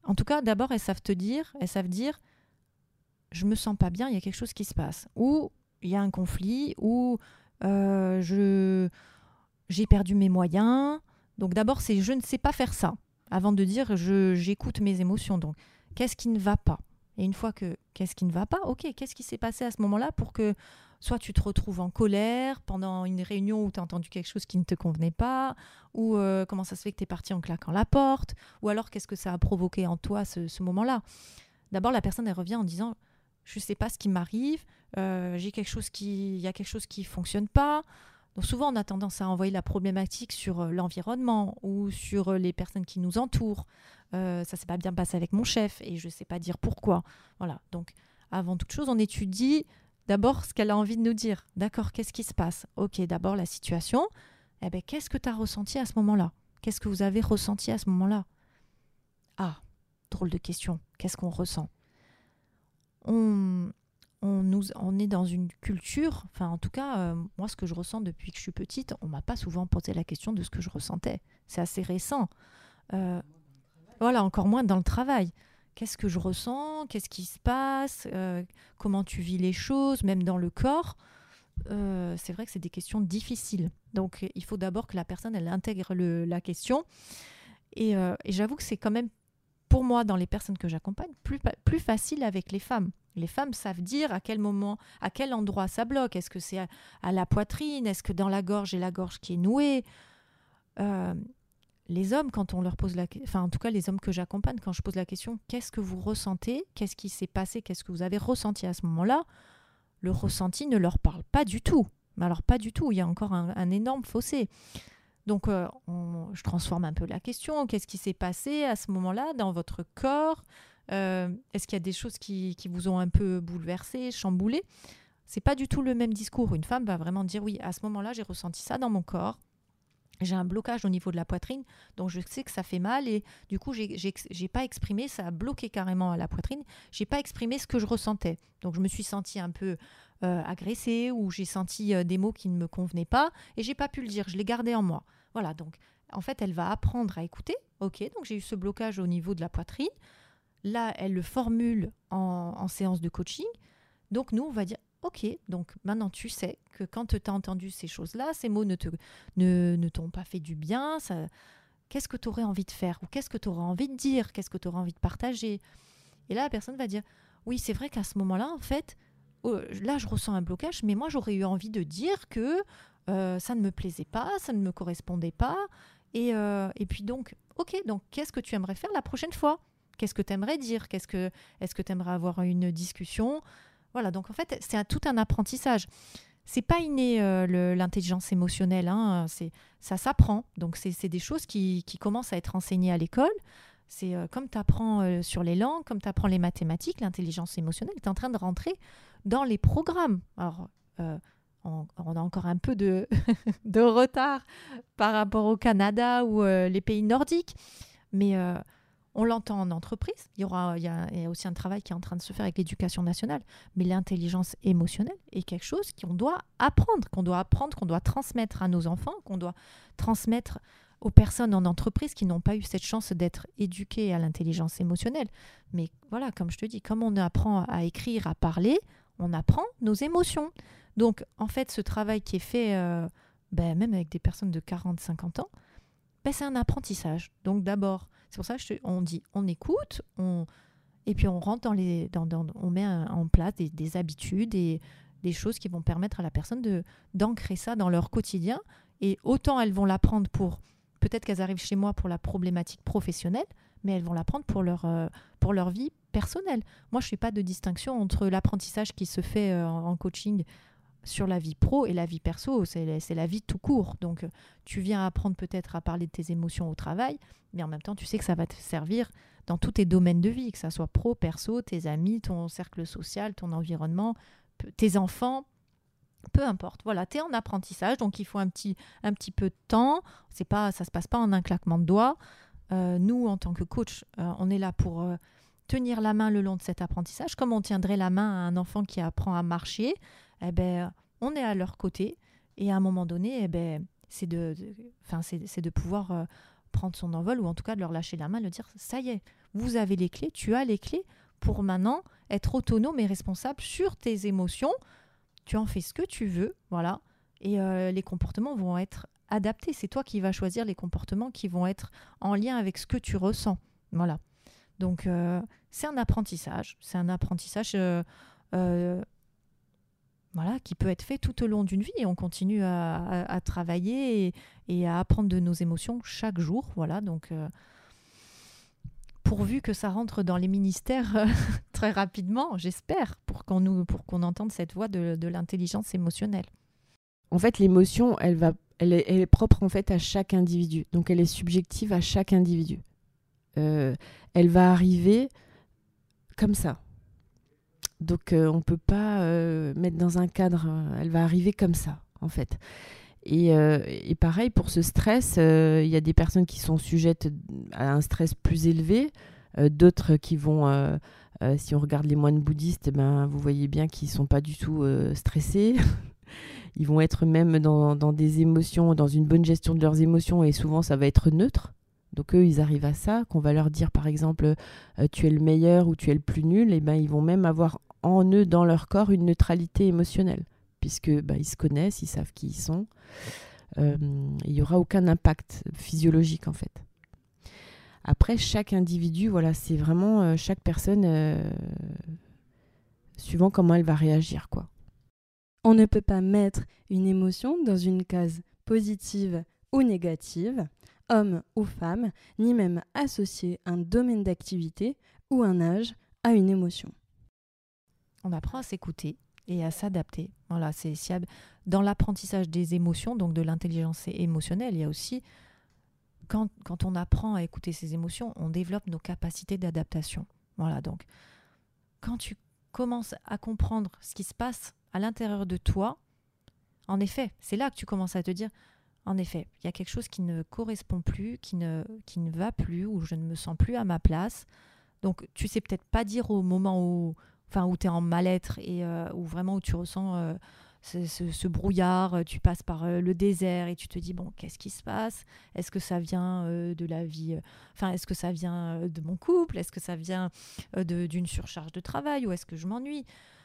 En tout cas, d'abord, elles savent dire, je me sens pas bien, il y a quelque chose qui se passe. Ou il y a un conflit, ou j'ai perdu mes moyens. Donc d'abord, c'est je ne sais pas faire ça. Avant de dire j'écoute mes émotions. Donc, qu'est-ce qui ne va pas ? Et une fois que qu'est-ce qui ne va pas, ok, qu'est-ce qui s'est passé à ce moment-là pour que soit tu te retrouves en colère pendant une réunion où tu as entendu quelque chose qui ne te convenait pas, ou comment ça se fait que tu es parti en claquant la porte, ou alors qu'est-ce que ça a provoqué en toi ce moment-là. D'abord, la personne, elle revient en disant je ne sais pas ce qui m'arrive, il y a quelque chose qui ne fonctionne pas. Donc souvent, on a tendance à envoyer la problématique sur l'environnement ou sur les personnes qui nous entourent. Ça s'est pas bien passé avec mon chef et je ne sais pas dire pourquoi. Voilà. Donc, avant toute chose, on étudie d'abord ce qu'elle a envie de nous dire. D'accord, qu'est-ce qui se passe ? Ok, d'abord la situation. Eh bien, qu'est-ce que tu as ressenti à ce moment-là ? Qu'est-ce que vous avez ressenti à ce moment-là ? Ah, drôle de question. Qu'est-ce qu'on ressent ? On est dans une culture, enfin en tout cas, moi ce que je ressens depuis que je suis petite, on ne m'a pas souvent posé la question de ce que je ressentais. C'est assez récent. Voilà, encore moins dans le travail. Qu'est-ce que je ressens ? Qu'est-ce qui se passe ? Comment tu vis les choses, même dans le corps ? C'est vrai que c'est des questions difficiles. Donc il faut d'abord que la personne, elle intègre la question. Et j'avoue que c'est quand même, pour moi, dans les personnes que j'accompagne, plus facile avec les femmes. Les femmes savent dire à quel moment, à quel endroit ça bloque. Est-ce que c'est à la poitrine ? Est-ce que dans la gorge, j'ai la gorge qui est nouée ? Les hommes, quand on leur pose enfin en tout cas les hommes que j'accompagne, quand je pose la question, qu'est-ce que vous ressentez ? Qu'est-ce qui s'est passé ? Qu'est-ce que vous avez ressenti à ce moment-là ? Le ressenti ne leur parle pas du tout. Mais alors pas du tout, il y a encore un énorme fossé. Donc je transforme un peu la question. Qu'est-ce qui s'est passé à ce moment-là dans votre corps ? Est-ce qu'il y a des choses qui vous ont un peu bouleversé, chamboulé ? C'est pas du tout le même discours. Une femme va vraiment dire oui, à ce moment-là, j'ai ressenti ça dans mon corps. J'ai un blocage au niveau de la poitrine, donc je sais que ça fait mal et du coup, j'ai pas exprimé, ça a bloqué carrément à la poitrine. J'ai pas exprimé ce que je ressentais. Donc je me suis sentie un peu agressée ou j'ai senti des mots qui ne me convenaient pas et j'ai pas pu le dire. Je l'ai gardé en moi. Voilà. Donc en fait, elle va apprendre à écouter. Ok. Donc j'ai eu ce blocage au niveau de la poitrine. Là, elle le formule en séance de coaching. Donc nous, on va dire ok, donc maintenant tu sais que quand tu as entendu ces choses-là, ces mots ne t'ont pas fait du bien, qu'est-ce que tu aurais envie de faire ? Ou qu'est-ce que tu aurais envie de dire ? Qu'est-ce que tu aurais envie de partager ? Et là, la personne va dire, oui, c'est vrai qu'à ce moment-là, en fait, là, je ressens un blocage, mais moi, j'aurais eu envie de dire que ça ne me plaisait pas, ça ne me correspondait pas. Et puis donc, ok, donc qu'est-ce que tu aimerais faire la prochaine fois ? Qu'est-ce que tu aimerais dire ? Est-ce que tu aimerais avoir une discussion ? Voilà, donc en fait, c'est tout un apprentissage. C'est pas inné l'intelligence émotionnelle, hein, ça s'apprend. Donc c'est des choses qui commencent à être enseignées à l'école. C'est comme tu apprends sur les langues, comme tu apprends les mathématiques, l'intelligence émotionnelle est en train de rentrer dans les programmes. Alors, on a encore un peu de retard par rapport au Canada ou les pays nordiques, mais on l'entend en entreprise. Il y a aussi un travail qui est en train de se faire avec l'éducation nationale. Mais l'intelligence émotionnelle est quelque chose qu'on doit apprendre, qu'on doit transmettre à nos enfants, qu'on doit transmettre aux personnes en entreprise qui n'ont pas eu cette chance d'être éduquées à l'intelligence émotionnelle. Mais voilà, comme je te dis, comme on apprend à écrire, à parler, on apprend nos émotions. Donc, en fait, ce travail qui est fait, même avec des personnes de 40-50 ans, c'est un apprentissage. Donc d'abord, c'est pour ça qu'on dit on écoute, et puis on rentre on met en place des habitudes et des choses qui vont permettre à la personne d'ancrer ça dans leur quotidien. Et autant elles vont l'apprendre peut-être qu'elles arrivent chez moi pour la problématique professionnelle, mais elles vont l'apprendre pour leur vie personnelle. Moi, je ne fais pas de distinction entre l'apprentissage qui se fait en coaching sur la vie pro et la vie perso, c'est la vie tout court. Donc, tu viens apprendre peut-être à parler de tes émotions au travail, mais en même temps, tu sais que ça va te servir dans tous tes domaines de vie, que ça soit pro, perso, tes amis, ton cercle social, ton environnement, tes enfants, peu importe. Voilà, tu es en apprentissage, donc il faut un petit peu de temps. Ça ne se passe pas en un claquement de doigts. Nous, en tant que coach, on est là pour tenir la main le long de cet apprentissage, comme on tiendrait la main à un enfant qui apprend à marcher. On est à leur côté et à un moment donné, c'est de pouvoir prendre son envol, ou en tout cas de leur lâcher la main, de dire ça y est, vous avez les clés, tu as les clés pour maintenant être autonome et responsable sur tes émotions. Tu en fais ce que tu veux, voilà, et les comportements vont être adaptés. C'est toi qui vas choisir les comportements qui vont être en lien avec ce que tu ressens, voilà. Donc c'est un apprentissage, voilà, qui peut être fait tout au long d'une vie, et on continue à travailler et à apprendre de nos émotions chaque jour, voilà. Donc pourvu que ça rentre dans les ministères très rapidement, j'espère, pour qu'on entende cette voix de l'intelligence émotionnelle. En fait, l'émotion, elle est propre en fait à chaque individu. Donc, elle est subjective à chaque individu. Elle va arriver comme ça. Donc, on ne peut pas mettre dans un cadre. Elle va arriver comme ça, en fait. Et pareil, pour ce stress, il y a des personnes qui sont sujettes à un stress plus élevé, d'autres qui vont, si on regarde les moines bouddhistes, vous voyez bien qu'ils ne sont pas du tout stressés. Ils vont être même dans des émotions, dans une bonne gestion de leurs émotions, et souvent ça va être neutre. Donc eux, ils arrivent à ça, qu'on va leur dire par exemple tu es le meilleur ou tu es le plus nul, et ils vont même avoir en eux, dans leur corps, une neutralité émotionnelle, puisque ils se connaissent, ils savent qui ils sont. Il n'y aura aucun impact physiologique en fait. Après, chaque individu, voilà, c'est vraiment chaque personne suivant comment elle va réagir, quoi. On ne peut pas mettre une émotion dans une case positive ou négative, homme ou femme, ni même associer un domaine d'activité ou un âge à une émotion. On apprend à s'écouter et à s'adapter. Voilà, dans l'apprentissage des émotions, donc de l'intelligence émotionnelle, il y a aussi, quand on apprend à écouter ses émotions, on développe nos capacités d'adaptation. Voilà, donc quand tu commences à comprendre ce qui se passe à l'intérieur de toi, en effet, c'est là que tu commences à te dire, en effet, il y a quelque chose qui ne correspond plus, qui ne va plus, ou je ne me sens plus à ma place. Donc, tu sais peut-être pas dire au moment où tu es en mal-être et où vraiment où tu ressens ce brouillard, tu passes par le désert et tu te dis, bon, qu'est-ce qui se passe ? Est-ce que ça vient de la vie est-ce que ça vient de mon couple ? Est-ce que ça vient d'une surcharge de travail ? Ou est-ce que je m'ennuie ?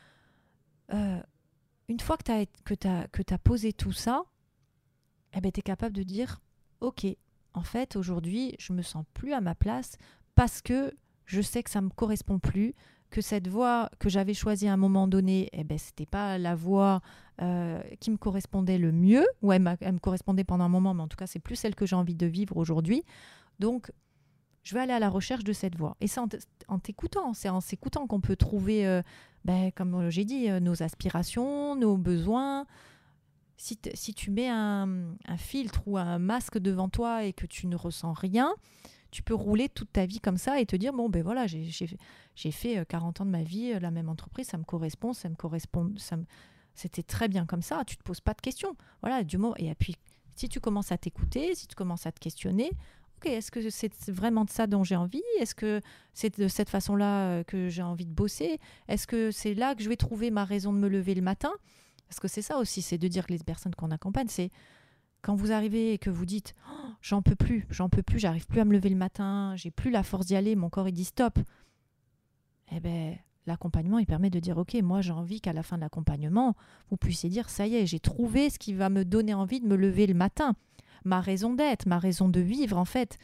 Une fois que t'as posé tout ça, tu es capable de dire, ok, en fait, aujourd'hui, je me sens plus à ma place parce que je sais que ça me correspond plus, que cette voie que j'avais choisie à un moment donné, c'était pas la voie qui me correspondait le mieux, ou elle me correspondait pendant un moment, mais en tout cas, c'est plus celle que j'ai envie de vivre aujourd'hui. Donc, je vais aller à la recherche de cette voie. Et c'est en t'écoutant, c'est en s'écoutant qu'on peut trouver, comme j'ai dit, nos aspirations, nos besoins. Si tu mets un filtre ou un masque devant toi et que tu ne ressens rien, tu peux rouler toute ta vie comme ça et te dire, bon, voilà, j'ai fait 40 ans de ma vie, la même entreprise, ça me correspond, c'était très bien comme ça, tu ne te poses pas de questions. Voilà, et puis, si tu commences à t'écouter, si tu commences à te questionner, ok, est-ce que c'est vraiment de ça dont j'ai envie ? Est-ce que c'est de cette façon-là que j'ai envie de bosser ? Est-ce que c'est là que je vais trouver ma raison de me lever le matin ? Parce que c'est ça aussi, c'est de dire que les personnes qu'on accompagne, c'est quand vous arrivez et que vous dites oh, j'en peux plus, j'arrive plus à me lever le matin, j'ai plus la force d'y aller, mon corps il dit stop. L'accompagnement il permet de dire ok, moi j'ai envie qu'à la fin de l'accompagnement, vous puissiez dire ça y est, j'ai trouvé ce qui va me donner envie de me lever le matin, ma raison d'être, ma raison de vivre en fait.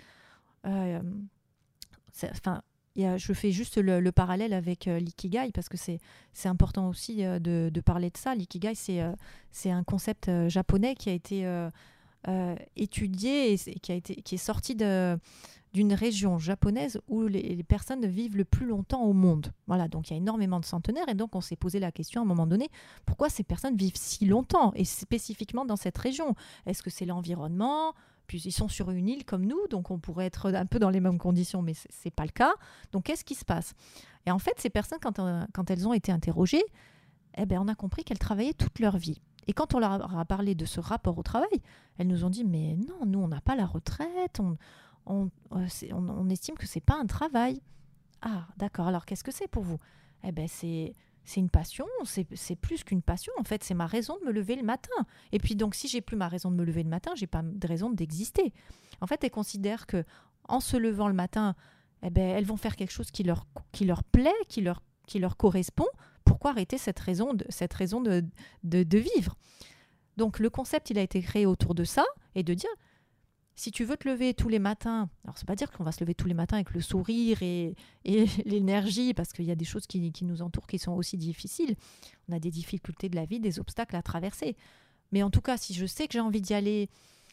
Je fais juste le parallèle avec l'ikigai parce que c'est important aussi de parler de ça. L'ikigai, c'est un concept japonais qui a été étudié et qui est sorti d'une région japonaise où les personnes vivent le plus longtemps au monde. Voilà, donc il y a énormément de centenaires et donc on s'est posé la question à un moment donné, pourquoi ces personnes vivent si longtemps et spécifiquement dans cette région ? Est-ce que c'est l'environnement ? Puis ils sont sur une île comme nous, donc on pourrait être un peu dans les mêmes conditions, mais c'est pas le cas. Donc qu'est-ce qui se passe ? Et en fait, ces personnes, quand elles ont été interrogées, on a compris qu'elles travaillaient toute leur vie. Et quand on leur a parlé de ce rapport au travail, elles nous ont dit « Mais non, nous, on n'a pas la retraite, on estime que c'est pas un travail. » Ah, d'accord, alors qu'est-ce que c'est pour vous ? C'est c'est une passion, c'est plus qu'une passion. En fait, c'est ma raison de me lever le matin. Et puis donc, si j'ai plus ma raison de me lever le matin, j'ai pas de raison d'exister. En fait, elles considèrent que en se levant le matin, elles vont faire quelque chose qui leur plaît, qui leur correspond. Pourquoi arrêter cette raison de vivre? Donc, le concept, il a été créé autour de ça et de dire, si tu veux te lever tous les matins, alors c'est pas dire qu'on va se lever tous les matins avec le sourire et l'énergie, parce qu'il y a des choses qui nous entourent qui sont aussi difficiles. On a des difficultés de la vie, des obstacles à traverser. Mais en tout cas, si je sais que j'ai envie d'y aller,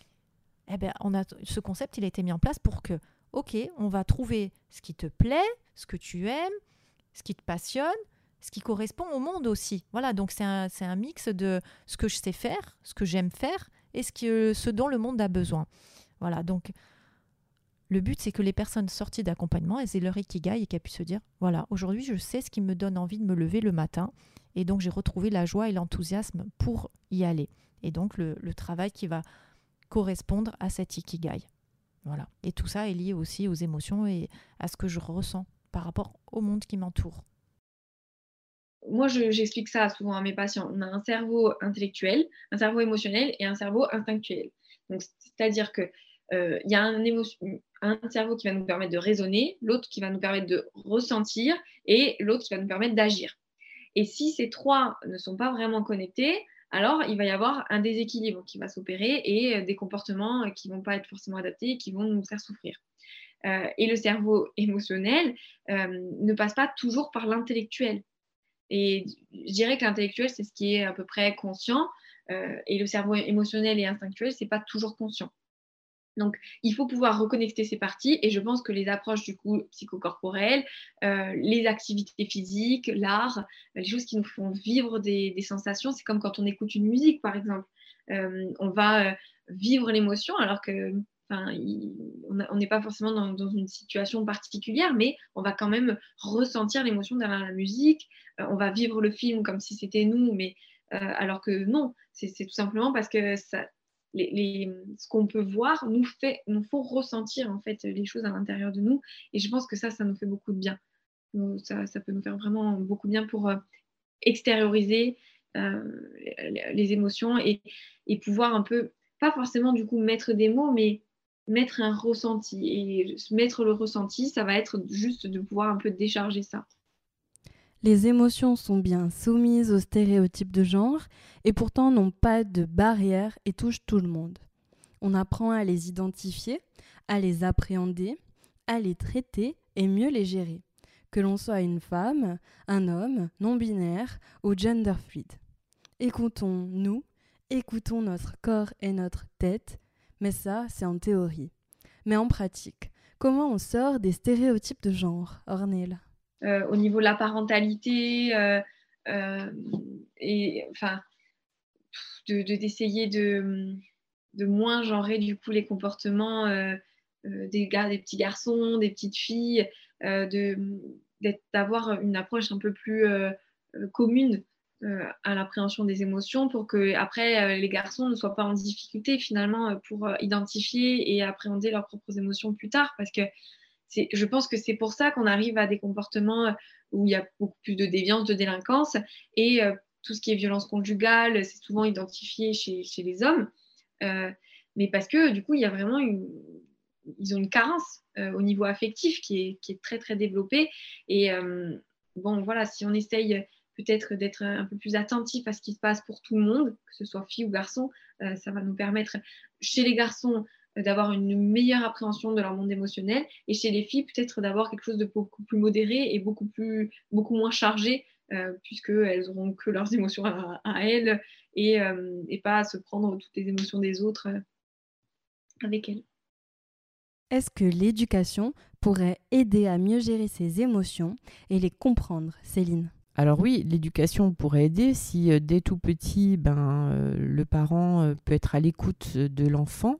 ce concept, il a été mis en place pour que, ok, on va trouver ce qui te plaît, ce que tu aimes, ce qui te passionne, ce qui correspond au monde aussi. Voilà, donc c'est un mix de ce que je sais faire, ce que j'aime faire et ce dont le monde a besoin. Voilà, donc le but, c'est que les personnes sorties d'accompagnement, elles aient leur ikigai et qu'elles puissent se dire, voilà, aujourd'hui, je sais ce qui me donne envie de me lever le matin et donc j'ai retrouvé la joie et l'enthousiasme pour y aller. Et donc le travail qui va correspondre à cet ikigai. Voilà. Et tout ça est lié aussi aux émotions et à ce que je ressens par rapport au monde qui m'entoure. Moi, j'explique ça souvent à mes patients. On a un cerveau intellectuel, un cerveau émotionnel et un cerveau instinctuel. Donc, c'est-à-dire que y a un cerveau qui va nous permettre de raisonner, l'autre qui va nous permettre de ressentir et l'autre qui va nous permettre d'agir. Et si ces trois ne sont pas vraiment connectés, alors il va y avoir un déséquilibre qui va s'opérer et des comportements qui ne vont pas être forcément adaptés et qui vont nous faire souffrir. Et le cerveau émotionnel ne passe pas toujours par l'intellectuel. Et je dirais que l'intellectuel, c'est ce qui est à peu près conscient, et le cerveau émotionnel et instinctuel, c'est pas toujours conscient. Donc, il faut pouvoir reconnecter ces parties, et je pense que les approches du coup psychocorporelles, les activités physiques, l'art, les choses qui nous font vivre des sensations, c'est comme quand on écoute une musique, par exemple. On va vivre l'émotion alors que on n'est pas forcément dans une situation particulière, mais on va quand même ressentir l'émotion derrière la musique. On va vivre le film comme si c'était nous, mais alors que non, c'est tout simplement parce que ce qu'on peut voir nous faut ressentir en fait les choses à l'intérieur de nous. Et je pense que ça nous fait beaucoup de bien. Ça peut nous faire vraiment beaucoup de bien pour extérioriser les émotions et pouvoir un peu, pas forcément du coup mettre des mots, mais mettre un ressenti. Et mettre le ressenti, ça va être juste de pouvoir un peu décharger ça. Les émotions sont bien soumises aux stéréotypes de genre et pourtant n'ont pas de barrière et touchent tout le monde. On apprend à les identifier, à les appréhender, à les traiter et mieux les gérer. Que l'on soit une femme, un homme, non-binaire ou gender fluid. Écoutons-nous, écoutons notre corps et notre tête, mais ça, c'est en théorie. Mais en pratique, comment on sort des stéréotypes de genre, Ornella ? Au niveau de la parentalité, et enfin, d'essayer de moins genrer du coup les comportements des petits garçons, des petites filles, d'avoir une approche un peu plus commune à l'appréhension des émotions pour que après les garçons ne soient pas en difficulté finalement pour identifier et appréhender leurs propres émotions plus tard, parce que je pense que c'est pour ça qu'on arrive à des comportements où il y a beaucoup plus de déviance, de délinquance, et tout ce qui est violence conjugale, c'est souvent identifié chez les hommes, mais parce que du coup, il y a vraiment ils ont une carence au niveau affectif qui est très très développée, et bon voilà, si on essaye peut-être d'être un peu plus attentif à ce qui se passe pour tout le monde, que ce soit fille ou garçon, ça va nous permettre, chez les garçons, d'avoir une meilleure appréhension de leur monde émotionnel, et chez les filles peut-être d'avoir quelque chose de beaucoup plus modéré et beaucoup moins chargé, puisqu'elles n'auront que leurs émotions à elles et pas à se prendre toutes les émotions des autres avec elles. Est-ce que l'éducation pourrait aider à mieux gérer ses émotions et les comprendre, Céline ? Alors oui, l'éducation pourrait aider si dès tout petit, le parent peut être à l'écoute de l'enfant,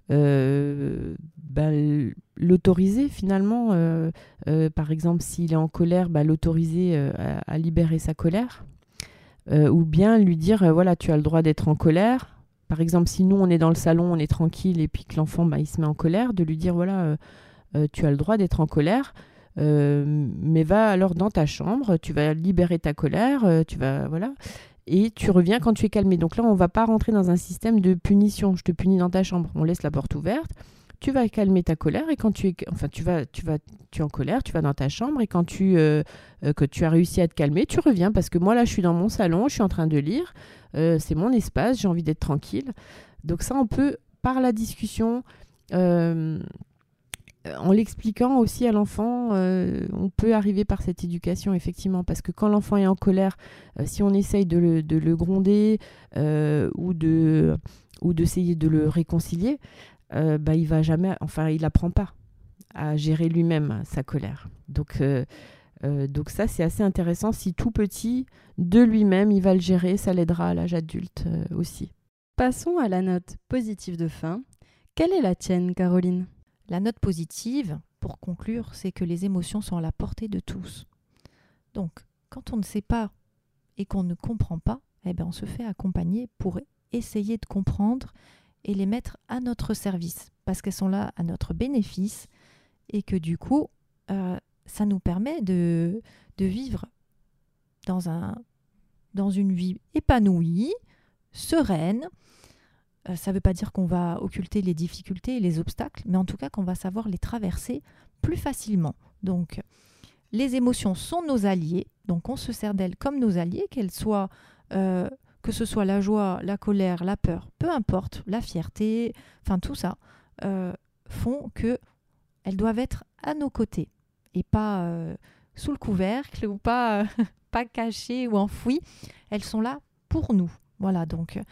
l'autoriser finalement, par exemple s'il est en colère, l'autoriser à libérer sa colère, ou bien lui dire voilà, tu as le droit d'être en colère. Par exemple, si nous on est dans le salon, on est tranquille et puis que l'enfant il se met en colère, de lui dire voilà, tu as le droit d'être en colère, mais va alors dans ta chambre, tu vas libérer ta colère, voilà, et tu reviens quand tu es calmé. Donc là, on ne va pas rentrer dans un système de punition. Je te punis dans ta chambre, on laisse la porte ouverte. Tu vas calmer ta colère et quand tu es en colère, tu vas dans ta chambre et quand que tu as réussi à te calmer, tu reviens parce que moi là, je suis dans mon salon, je suis en train de lire, c'est mon espace, j'ai envie d'être tranquille. Donc ça, on peut par la discussion. En l'expliquant aussi à l'enfant, on peut arriver par cette éducation, effectivement, parce que quand l'enfant est en colère, si on essaye de le gronder ou d'essayer de le réconcilier, il va jamais, il n'apprend pas à gérer lui-même sa colère. Donc ça, c'est assez intéressant. Si tout petit, de lui-même, il va le gérer, ça l'aidera à l'âge adulte aussi. Passons à la note positive de fin. Quelle est la tienne, Caroline ? La note positive, pour conclure, c'est que les émotions sont à la portée de tous. Donc, quand on ne sait pas et qu'on ne comprend pas, on se fait accompagner pour essayer de comprendre et les mettre à notre service, parce qu'elles sont là à notre bénéfice et que du coup, ça nous permet de vivre dans une vie épanouie, sereine. Ça ne veut pas dire qu'on va occulter les difficultés et les obstacles, mais en tout cas qu'on va savoir les traverser plus facilement. Donc, les émotions sont nos alliés, donc on se sert d'elles comme nos alliés, qu'elles soient, que ce soit la joie, la colère, la peur, peu importe, la fierté, tout ça, font qu'elles doivent être à nos côtés et pas sous le couvercle ou pas cachées ou enfouies. Elles sont là pour nous. Voilà, donc...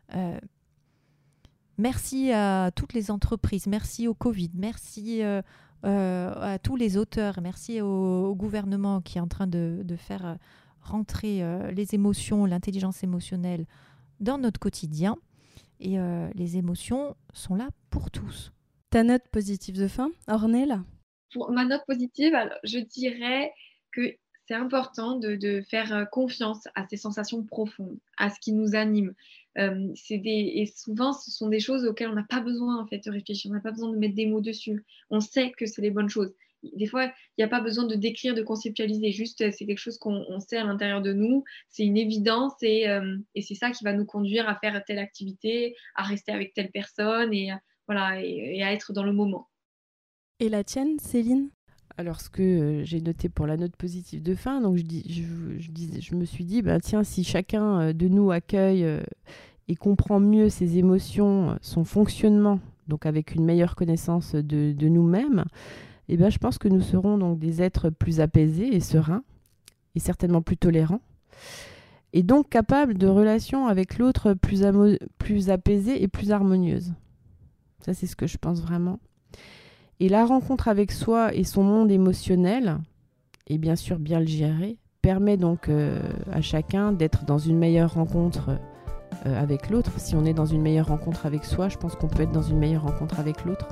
merci à toutes les entreprises, merci au Covid, merci à tous les auteurs, merci au gouvernement qui est en train de faire rentrer les émotions, l'intelligence émotionnelle dans notre quotidien. Et les émotions sont là pour tous. Ta note positive de fin, Ornella ? Pour ma note positive, alors, je dirais que c'est important de faire confiance à ces sensations profondes, à ce qui nous anime. Et souvent, ce sont des choses auxquelles on n'a pas besoin en fait, de réfléchir, on n'a pas besoin de mettre des mots dessus. On sait que c'est les bonnes choses. Des fois, il n'y a pas besoin de décrire, de conceptualiser. Juste, c'est quelque chose qu'on sait à l'intérieur de nous. C'est une évidence et c'est ça qui va nous conduire à faire telle activité, à rester avec telle personne et à être dans le moment. Et la tienne, Céline ? Alors, ce que j'ai noté pour la note positive de fin, donc je me suis dit, tiens, si chacun de nous accueille et comprend mieux ses émotions, son fonctionnement, donc avec une meilleure connaissance de nous-mêmes, je pense que nous serons donc des êtres plus apaisés et sereins, et certainement plus tolérants, et donc capables de relations avec l'autre plus apaisées et plus harmonieuses. Ça, c'est ce que je pense vraiment. Et la rencontre avec soi et son monde émotionnel, et bien sûr bien le gérer, permet donc à chacun d'être dans une meilleure rencontre avec l'autre. Si on est dans une meilleure rencontre avec soi, je pense qu'on peut être dans une meilleure rencontre avec l'autre.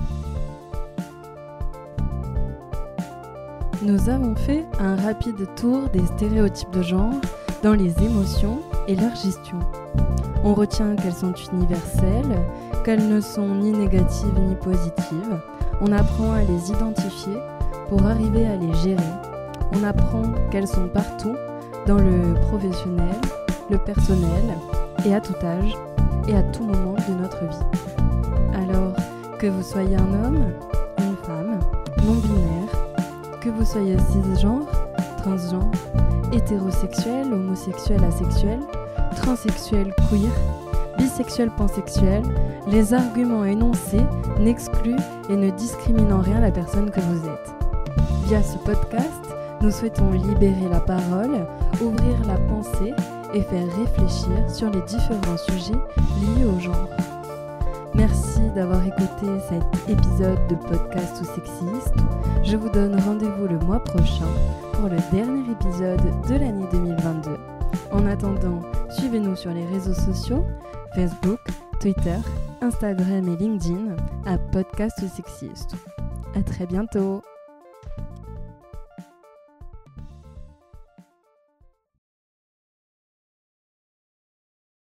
Nous avons fait un rapide tour des stéréotypes de genre dans les émotions et leur gestion. On retient qu'elles sont universelles, qu'elles ne sont ni négatives ni positives. On apprend à les identifier pour arriver à les gérer. On apprend qu'elles sont partout, dans le professionnel, le personnel, et à tout âge, et à tout moment de notre vie. Alors, que vous soyez un homme, une femme, non-binaire, que vous soyez cisgenre, transgenre, hétérosexuel, homosexuel, asexuel, transsexuel, queer, bisexuel, pansexuel, les arguments énoncés n'excluent et ne discriminent en rien la personne que vous êtes. Via ce podcast, nous souhaitons libérer la parole, ouvrir la pensée et faire réfléchir sur les différents sujets liés au genre. Merci d'avoir écouté cet épisode de Podcast ou Sexiste. Je vous donne rendez-vous le mois prochain pour le dernier épisode de l'année 2022. En attendant, suivez-nous sur les réseaux sociaux, Facebook, Twitter, Instagram et LinkedIn à Podcast ou Sexiste. À très bientôt.